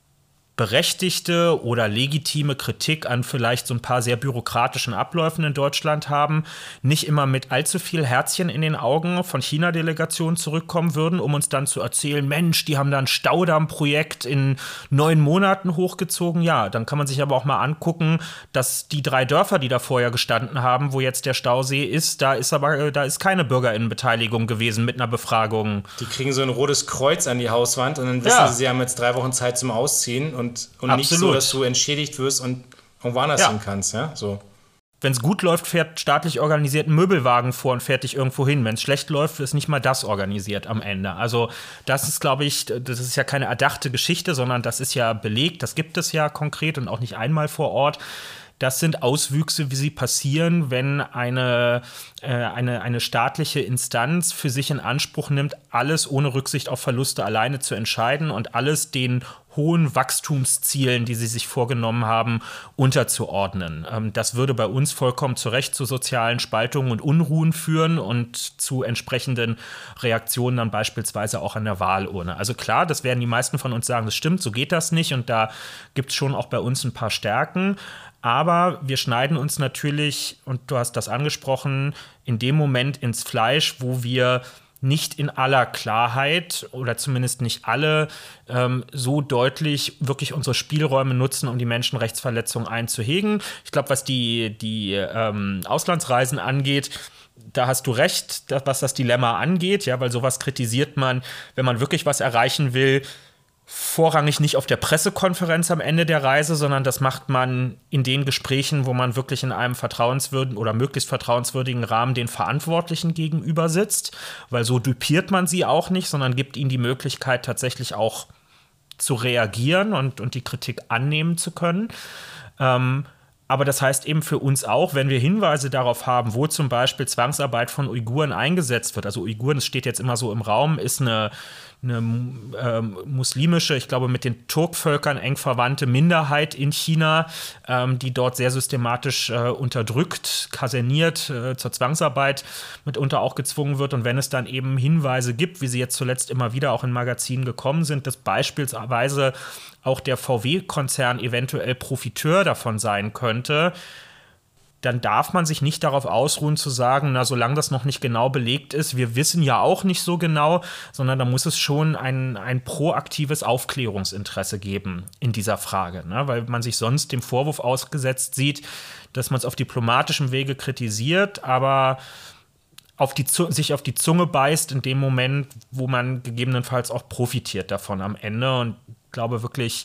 berechtigte oder legitime Kritik an vielleicht so ein paar sehr bürokratischen Abläufen in Deutschland haben, nicht immer mit allzu viel Herzchen in den Augen von China-Delegationen zurückkommen würden, um uns dann zu erzählen, Mensch, die haben da ein Staudamm-Projekt in neun Monaten hochgezogen. Ja, dann kann man sich aber auch mal angucken, dass die drei Dörfer, die da vorher gestanden haben, wo jetzt der Stausee ist, da ist aber da ist keine BürgerInnenbeteiligung gewesen mit einer Befragung. Die kriegen so ein rotes Kreuz an die Hauswand und dann wissen Ja. sie, sie haben jetzt drei Wochen Zeit zum Ausziehen und Und nicht so, dass du entschädigt wirst und woanders Ja. hin kannst. Ja? So. Wenn es gut läuft, fährt staatlich organisiert ein Möbelwagen vor und fährt dich irgendwo hin. Wenn es schlecht läuft, ist nicht mal das organisiert am Ende. Also das ist, glaube ich, das ist ja keine erdachte Geschichte, sondern das ist ja belegt. Das gibt es ja konkret und auch nicht einmal vor Ort. Das sind Auswüchse, wie sie passieren, wenn eine, äh, eine, eine staatliche Instanz für sich in Anspruch nimmt, alles ohne Rücksicht auf Verluste alleine zu entscheiden und alles den hohen Wachstumszielen, die sie sich vorgenommen haben, unterzuordnen. Ähm, das würde bei uns vollkommen zu Recht zu sozialen Spaltungen und Unruhen führen und zu entsprechenden Reaktionen dann beispielsweise auch an der Wahlurne. Also klar, das werden die meisten von uns sagen, das stimmt, so geht das nicht und da gibt es schon auch bei uns ein paar Stärken. Aber wir schneiden uns natürlich, und du hast das angesprochen, in dem Moment ins Fleisch, wo wir nicht in aller Klarheit oder zumindest nicht alle ähm, so deutlich wirklich unsere Spielräume nutzen, um die Menschenrechtsverletzungen einzuhegen. Ich glaube, was die, die ähm, Auslandsreisen angeht, da hast du recht, was das Dilemma angeht, ja, weil sowas kritisiert man, wenn man wirklich was erreichen will, vorrangig nicht auf der Pressekonferenz am Ende der Reise, sondern das macht man in den Gesprächen, wo man wirklich in einem vertrauenswürdigen oder möglichst vertrauenswürdigen Rahmen den Verantwortlichen gegenüber sitzt, weil so düpiert man sie auch nicht, sondern gibt ihnen die Möglichkeit, tatsächlich auch zu reagieren und, und die Kritik annehmen zu können. Ähm, Aber das heißt eben für uns auch, wenn wir Hinweise darauf haben, wo zum Beispiel Zwangsarbeit von Uiguren eingesetzt wird. Also Uiguren, das steht jetzt immer so im Raum, ist eine, eine ähm, muslimische, ich glaube mit den Turkvölkern eng verwandte Minderheit in China, ähm, die dort sehr systematisch äh, unterdrückt, kaserniert, äh, zur Zwangsarbeit mitunter auch gezwungen wird. Und wenn es dann eben Hinweise gibt, wie sie jetzt zuletzt immer wieder auch in Magazinen gekommen sind, dass beispielsweise auch der V W-Konzern eventuell Profiteur davon sein könnte, dann darf man sich nicht darauf ausruhen zu sagen, na, solange das noch nicht genau belegt ist, wir wissen ja auch nicht so genau, sondern da muss es schon ein, ein proaktives Aufklärungsinteresse geben in dieser Frage, ne? Weil man sich sonst dem Vorwurf ausgesetzt sieht, dass man es auf diplomatischem Wege kritisiert, aber auf die, sich auf die Zunge beißt in dem Moment, wo man gegebenenfalls auch profitiert davon am Ende. Und ich glaube wirklich,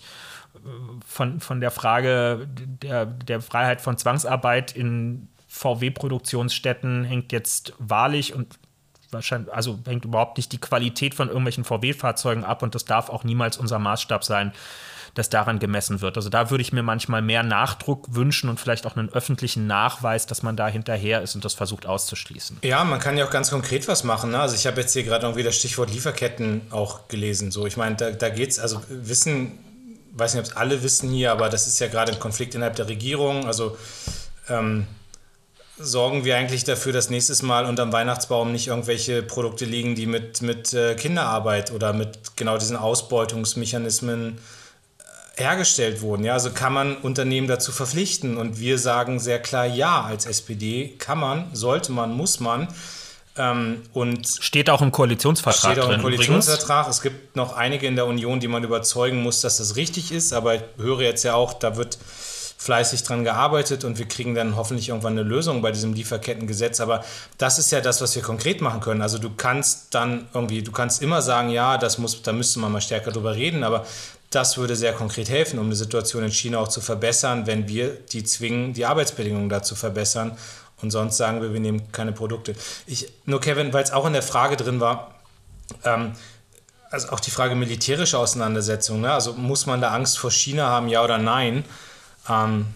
von, von der Frage der, der Freiheit von Zwangsarbeit in V W-Produktionsstätten hängt jetzt wahrlich und wahrscheinlich, also hängt überhaupt nicht die Qualität von irgendwelchen V W-Fahrzeugen ab und das darf auch niemals unser Maßstab sein, dass daran gemessen wird. Also da würde ich mir manchmal mehr Nachdruck wünschen und vielleicht auch einen öffentlichen Nachweis, dass man da hinterher ist und das versucht auszuschließen. Ja, man kann ja auch ganz konkret was machen. Ne? Also ich habe jetzt hier gerade irgendwie das Stichwort Lieferketten auch gelesen. So, ich meine, da, da geht es, also Wissen, weiß nicht, ob es alle wissen hier, aber das ist ja gerade ein Konflikt innerhalb der Regierung. Also ähm, sorgen wir eigentlich dafür, dass nächstes Mal unterm Weihnachtsbaum nicht irgendwelche Produkte liegen, die mit, mit äh, Kinderarbeit oder mit genau diesen Ausbeutungsmechanismen äh, hergestellt wurden. Ja? Also kann man Unternehmen dazu verpflichten. Und wir sagen sehr klar, ja, als S P D kann man, sollte man, muss man. Ähm, und steht auch im Koalitionsvertrag steht auch im drin, Koalitionsvertrag. übrigens. Es gibt noch einige in der Union, die man überzeugen muss, dass das richtig ist. Aber ich höre jetzt ja auch, da wird fleißig dran gearbeitet und wir kriegen dann hoffentlich irgendwann eine Lösung bei diesem Lieferkettengesetz. Aber das ist ja das, was wir konkret machen können. Also du kannst dann irgendwie, du kannst immer sagen, ja, das muss, da müsste man mal stärker drüber reden, aber das würde sehr konkret helfen, um die Situation in China auch zu verbessern, wenn wir die zwingen, die Arbeitsbedingungen da zu verbessern. Und sonst sagen wir, wir nehmen keine Produkte. Ich, nur Kevin, weil es auch in der Frage drin war, ähm, also auch die Frage militärische Auseinandersetzung, ne? Also muss man da Angst vor China haben, ja oder nein? Ähm,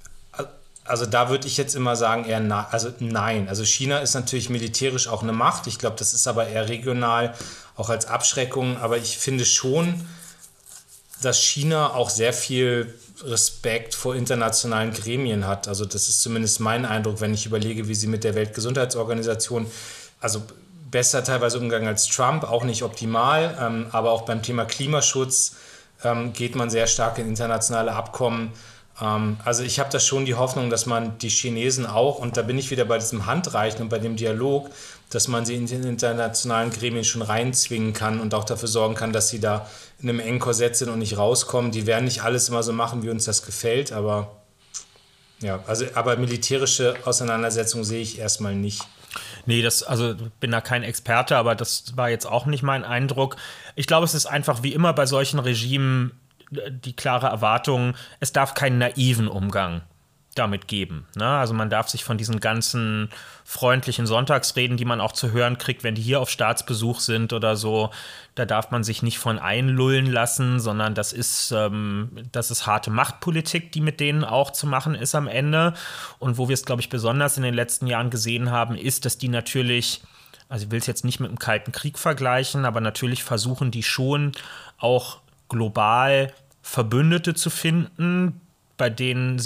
also da würde ich jetzt immer sagen, eher na, also nein. Also China ist natürlich militärisch auch eine Macht. Ich glaube, das ist aber eher regional, auch als Abschreckung. Aber ich finde schon, dass China auch sehr viel Respekt vor internationalen Gremien hat. Also das ist zumindest mein Eindruck, wenn ich überlege, wie sie mit der Weltgesundheitsorganisation, also besser teilweise umgegangen als Trump, auch nicht optimal, ähm, aber auch beim Thema Klimaschutz ähm, geht man sehr stark in internationale Abkommen. Ähm, also ich habe da schon die Hoffnung, dass man die Chinesen auch, und da bin ich wieder bei diesem Handreichen und bei dem Dialog, dass man sie in den internationalen Gremien schon reinzwingen kann und auch dafür sorgen kann, dass sie da in einem engen Korsett sind und nicht rauskommen. Die werden nicht alles immer so machen, wie uns das gefällt, aber ja, also aber militärische Auseinandersetzung sehe ich erstmal nicht. Nee, das, also bin da kein Experte, aber das war jetzt auch nicht mein Eindruck. Ich glaube, es ist einfach wie immer bei solchen Regimen die klare Erwartung, es darf keinen naiven Umgang damit geben. Ne? Also man darf sich von diesen ganzen freundlichen Sonntagsreden, die man auch zu hören kriegt, wenn die hier auf Staatsbesuch sind oder so, da darf man sich nicht von einlullen lassen, sondern das ist, ähm, das ist harte Machtpolitik, die mit denen auch zu machen ist am Ende. Und wo wir es, glaube ich, besonders in den letzten Jahren gesehen haben, ist, dass die natürlich, also ich will es jetzt nicht mit dem Kalten Krieg vergleichen, aber natürlich versuchen die schon auch global Verbündete zu finden, bei denen sie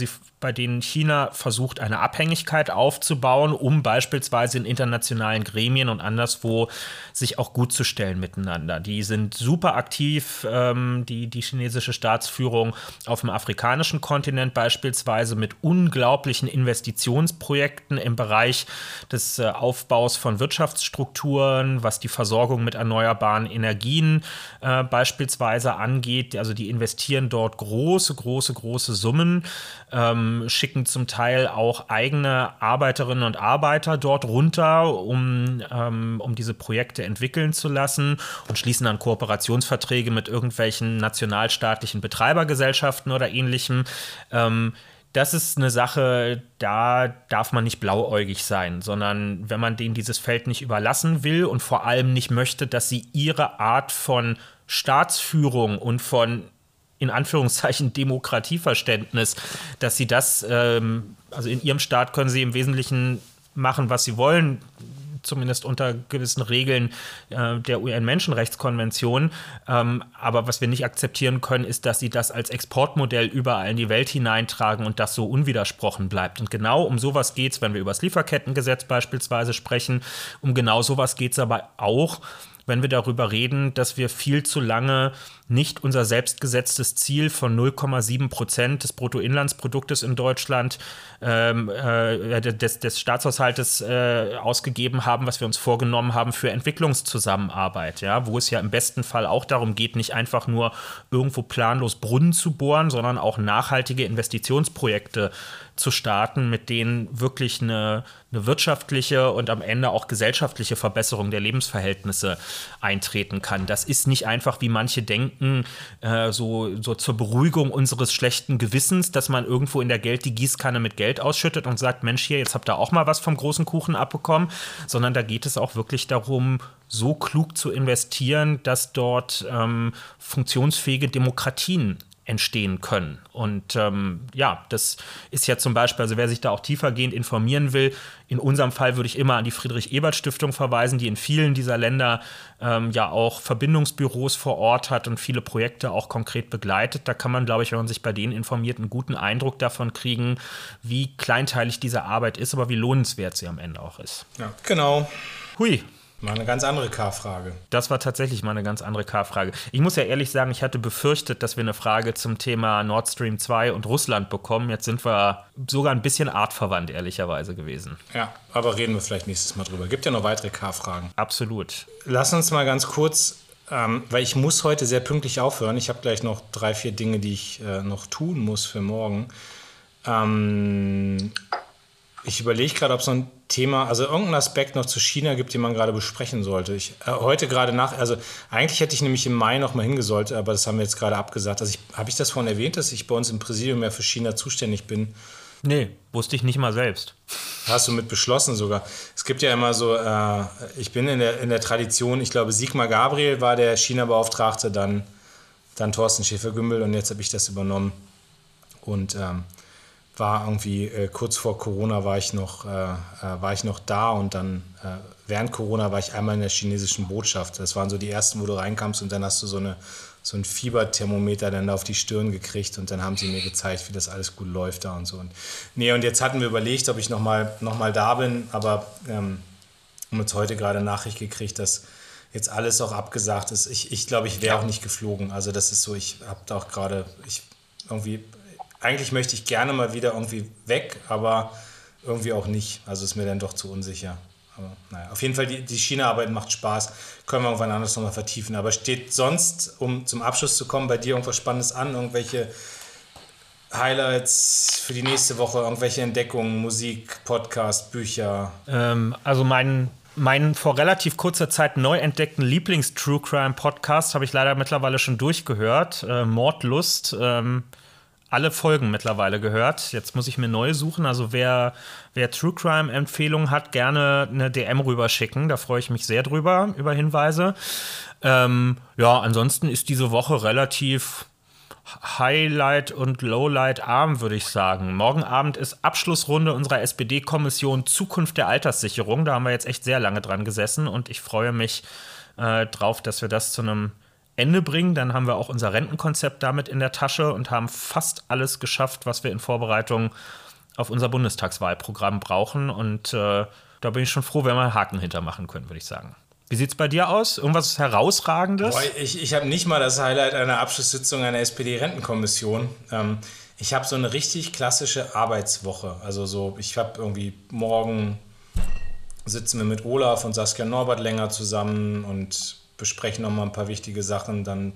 bei denen China versucht, eine Abhängigkeit aufzubauen, um beispielsweise in internationalen Gremien und anderswo sich auch gut zu stellen miteinander. Die sind super aktiv, ähm, die, die chinesische Staatsführung auf dem afrikanischen Kontinent beispielsweise mit unglaublichen Investitionsprojekten im Bereich des äh, Aufbaus von Wirtschaftsstrukturen, was die Versorgung mit erneuerbaren Energien äh, beispielsweise angeht. Also die investieren dort große, große, große Summen, ähm, schicken zum Teil auch eigene Arbeiterinnen und Arbeiter dort runter, um, ähm, um diese Projekte entwickeln zu lassen und schließen dann Kooperationsverträge mit irgendwelchen nationalstaatlichen Betreibergesellschaften oder ähnlichem. Ähm, Das ist eine Sache, da darf man nicht blauäugig sein, sondern wenn man denen dieses Feld nicht überlassen will und vor allem nicht möchte, dass sie ihre Art von Staatsführung und von in Anführungszeichen Demokratieverständnis, dass sie das, ähm, also in ihrem Staat können sie im Wesentlichen machen, was sie wollen, zumindest unter gewissen Regeln äh, der U N-Menschenrechtskonvention. Ähm, aber was wir nicht akzeptieren können, ist, dass sie das als Exportmodell überall in die Welt hineintragen und das so unwidersprochen bleibt. Und genau um sowas geht es, wenn wir über das Lieferkettengesetz beispielsweise sprechen. Um genau sowas geht es aber auch, wenn wir darüber reden, dass wir viel zu lange nicht unser selbstgesetztes Ziel von null Komma sieben Prozent des Bruttoinlandsproduktes in Deutschland ähm, äh, des, des Staatshaushaltes äh, ausgegeben haben, was wir uns vorgenommen haben für Entwicklungszusammenarbeit, ja, wo es ja im besten Fall auch darum geht, nicht einfach nur irgendwo planlos Brunnen zu bohren, sondern auch nachhaltige Investitionsprojekte zu starten, mit denen wirklich eine, eine wirtschaftliche und am Ende auch gesellschaftliche Verbesserung der Lebensverhältnisse eintreten kann. Das ist nicht einfach, wie manche denken, äh, so, so zur Beruhigung unseres schlechten Gewissens, dass man irgendwo in der Geld die Gießkanne mit Geld ausschüttet und sagt, Mensch, hier, jetzt habt ihr auch mal was vom großen Kuchen abbekommen, sondern da geht es auch wirklich darum, so klug zu investieren, dass dort ähm, funktionsfähige Demokratien entstehen können. Und ähm, ja, das ist ja zum Beispiel, also wer sich da auch tiefergehend informieren will, in unserem Fall würde ich immer an die Friedrich-Ebert-Stiftung verweisen, die in vielen dieser Länder ähm, ja auch Verbindungsbüros vor Ort hat und viele Projekte auch konkret begleitet. Da kann man, glaube ich, wenn man sich bei denen informiert, einen guten Eindruck davon kriegen, wie kleinteilig diese Arbeit ist, aber wie lohnenswert sie am Ende auch ist. Ja, genau. Hui. Mal eine ganz andere K-Frage. Das war tatsächlich mal eine ganz andere K-Frage. Ich muss ja ehrlich sagen, ich hatte befürchtet, dass wir eine Frage zum Thema Nord Stream zwei und Russland bekommen. Jetzt sind wir sogar ein bisschen artverwandt, ehrlicherweise gewesen. Ja, aber reden wir vielleicht nächstes Mal drüber. Gibt ja noch weitere K-Fragen. Absolut. Lass uns mal ganz kurz, ähm, weil ich muss heute sehr pünktlich aufhören. Ich habe gleich noch drei, vier Dinge, die ich äh, noch tun muss für morgen. Ähm, ich überlege gerade, ob es so ein Thema, also irgendeinen Aspekt noch zu China gibt, den man gerade besprechen sollte. Ich, äh, heute gerade nach, also eigentlich hätte ich nämlich im Mai noch mal hingesollt, aber das haben wir jetzt gerade abgesagt. Also ich, habe ich das vorhin erwähnt, dass ich bei uns im Präsidium ja für China zuständig bin? Nee, wusste ich nicht mal selbst. Hast du mit beschlossen sogar. Es gibt ja immer so, äh, ich bin in der, in der Tradition, ich glaube Sigmar Gabriel war der China-Beauftragte, dann, dann Thorsten Schäfer-Gümbel und jetzt habe ich das übernommen. Und ähm, war irgendwie äh, kurz vor Corona war ich noch, äh, äh, war ich noch da und dann äh, während Corona war ich einmal in der chinesischen Botschaft. Das waren so die ersten, wo du reinkamst und dann hast du so, eine, so ein Fieberthermometer dann auf die Stirn gekriegt und dann haben sie mir gezeigt, wie das alles gut läuft da und so. Und, nee, und jetzt hatten wir überlegt, ob ich nochmal noch mal da bin, aber ähm, haben jetzt heute gerade eine Nachricht gekriegt, dass jetzt alles auch abgesagt ist. Ich, ich glaube, ich wäre auch nicht geflogen. Also das ist so, ich habe da auch gerade, ich irgendwie... Eigentlich möchte ich gerne mal wieder irgendwie weg, aber irgendwie auch nicht. Also ist mir dann doch zu unsicher. Aber naja, auf jeden Fall, die, die China-Arbeit macht Spaß. Können wir irgendwann anders nochmal vertiefen. Aber steht sonst, um zum Abschluss zu kommen, bei dir irgendwas Spannendes an? Irgendwelche Highlights für die nächste Woche? Irgendwelche Entdeckungen, Musik, Podcast, Bücher? Ähm, also mein... Meinen vor relativ kurzer Zeit neu entdeckten Lieblings-True-Crime-Podcast habe ich leider mittlerweile schon durchgehört. Äh, Mordlust. Ähm, alle Folgen mittlerweile gehört. Jetzt muss ich mir neue suchen. Also wer, wer True-Crime-Empfehlungen hat, gerne eine D M rüberschicken. Da freue ich mich sehr drüber, über Hinweise. Ähm, ja, ansonsten ist diese Woche relativ Highlight und Lowlight arm, würde ich sagen. Morgen Abend ist Abschlussrunde unserer S P D-Kommission Zukunft der Alterssicherung. Da haben wir jetzt echt sehr lange dran gesessen und ich freue mich äh, drauf, dass wir das zu einem Ende bringen. Dann haben wir auch unser Rentenkonzept damit in der Tasche und haben fast alles geschafft, was wir in Vorbereitung auf unser Bundestagswahlprogramm brauchen. Und äh, da bin ich schon froh, wenn wir einen Haken hintermachen können, würde ich sagen. Wie sieht es bei dir aus? Irgendwas Herausragendes? Boah, ich ich habe nicht mal das Highlight einer Abschlusssitzung einer S P D-Rentenkommission. Ähm, ich habe so eine richtig klassische Arbeitswoche. Also so, ich habe irgendwie morgen sitzen wir mit Olaf und Saskia Norbert länger zusammen und besprechen nochmal ein paar wichtige Sachen. Dann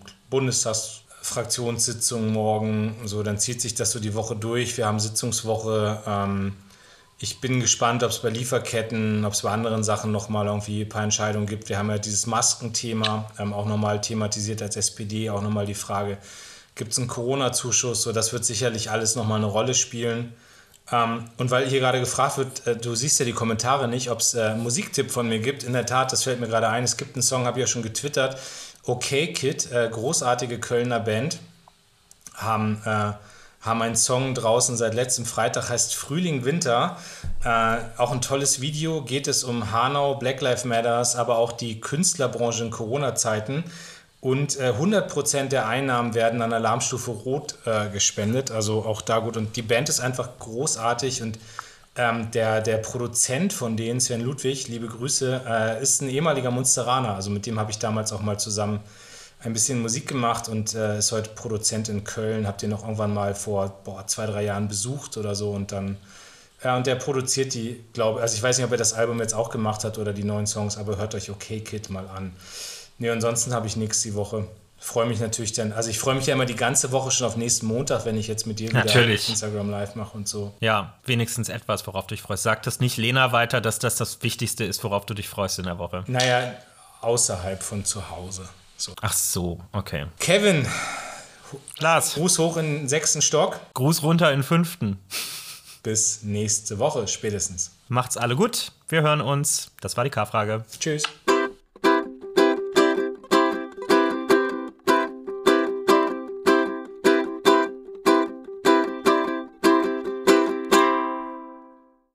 Bundestagsfraktionssitzung morgen. So, dann zieht sich das so die Woche durch. Wir haben Sitzungswoche. Ähm, Ich bin gespannt, ob es bei Lieferketten, ob es bei anderen Sachen nochmal irgendwie ein paar Entscheidungen gibt. Wir haben ja dieses Maskenthema ähm, auch nochmal thematisiert als S P D, auch nochmal die Frage, gibt es einen Corona-Zuschuss? So, das wird sicherlich alles nochmal eine Rolle spielen. Ähm, und weil hier gerade gefragt wird, äh, du siehst ja die Kommentare nicht, ob es äh, einen Musiktipp von mir gibt. In der Tat, das fällt mir gerade ein, es gibt einen Song, habe ich ja schon getwittert. Okay Kid, äh, großartige Kölner Band, haben... Äh, haben einen Song draußen seit letztem Freitag, heißt Frühling, Winter. Äh, auch ein tolles Video, geht es um Hanau, Black Lives Matters, aber auch die Künstlerbranche in Corona-Zeiten. Und äh, hundert Prozent der Einnahmen werden an Alarmstufe Rot äh, gespendet, also auch da gut. Und die Band ist einfach großartig und ähm, der, der Produzent von denen, Sven Ludwig, liebe Grüße, äh, ist ein ehemaliger Munsteraner. Also mit dem habe ich damals auch mal zusammen ein bisschen Musik gemacht und äh, ist heute Produzent in Köln. Habt ihr noch irgendwann mal vor boah, zwei, drei Jahren besucht oder so und dann, ja, und der produziert die, glaube ich, also ich weiß nicht, ob er das Album jetzt auch gemacht hat oder die neuen Songs, aber hört euch Okay Kid mal an. Nee, ansonsten habe ich nichts die Woche. Freue mich natürlich dann, also ich freue mich ja immer die ganze Woche schon auf nächsten Montag, wenn ich jetzt mit dir wieder Natürlich. Instagram Live mache und so. Ja, wenigstens etwas, worauf du dich freust. Sag das nicht Lena weiter, dass das das Wichtigste ist, worauf du dich freust in der Woche. Naja, außerhalb von zu Hause. So. Ach so, okay. Kevin, Lars, Gruß hoch in den sechsten Stock. Gruß runter in den fünften. Bis nächste Woche spätestens. Macht's alle gut. Wir hören uns. Das war die K-Frage. Tschüss.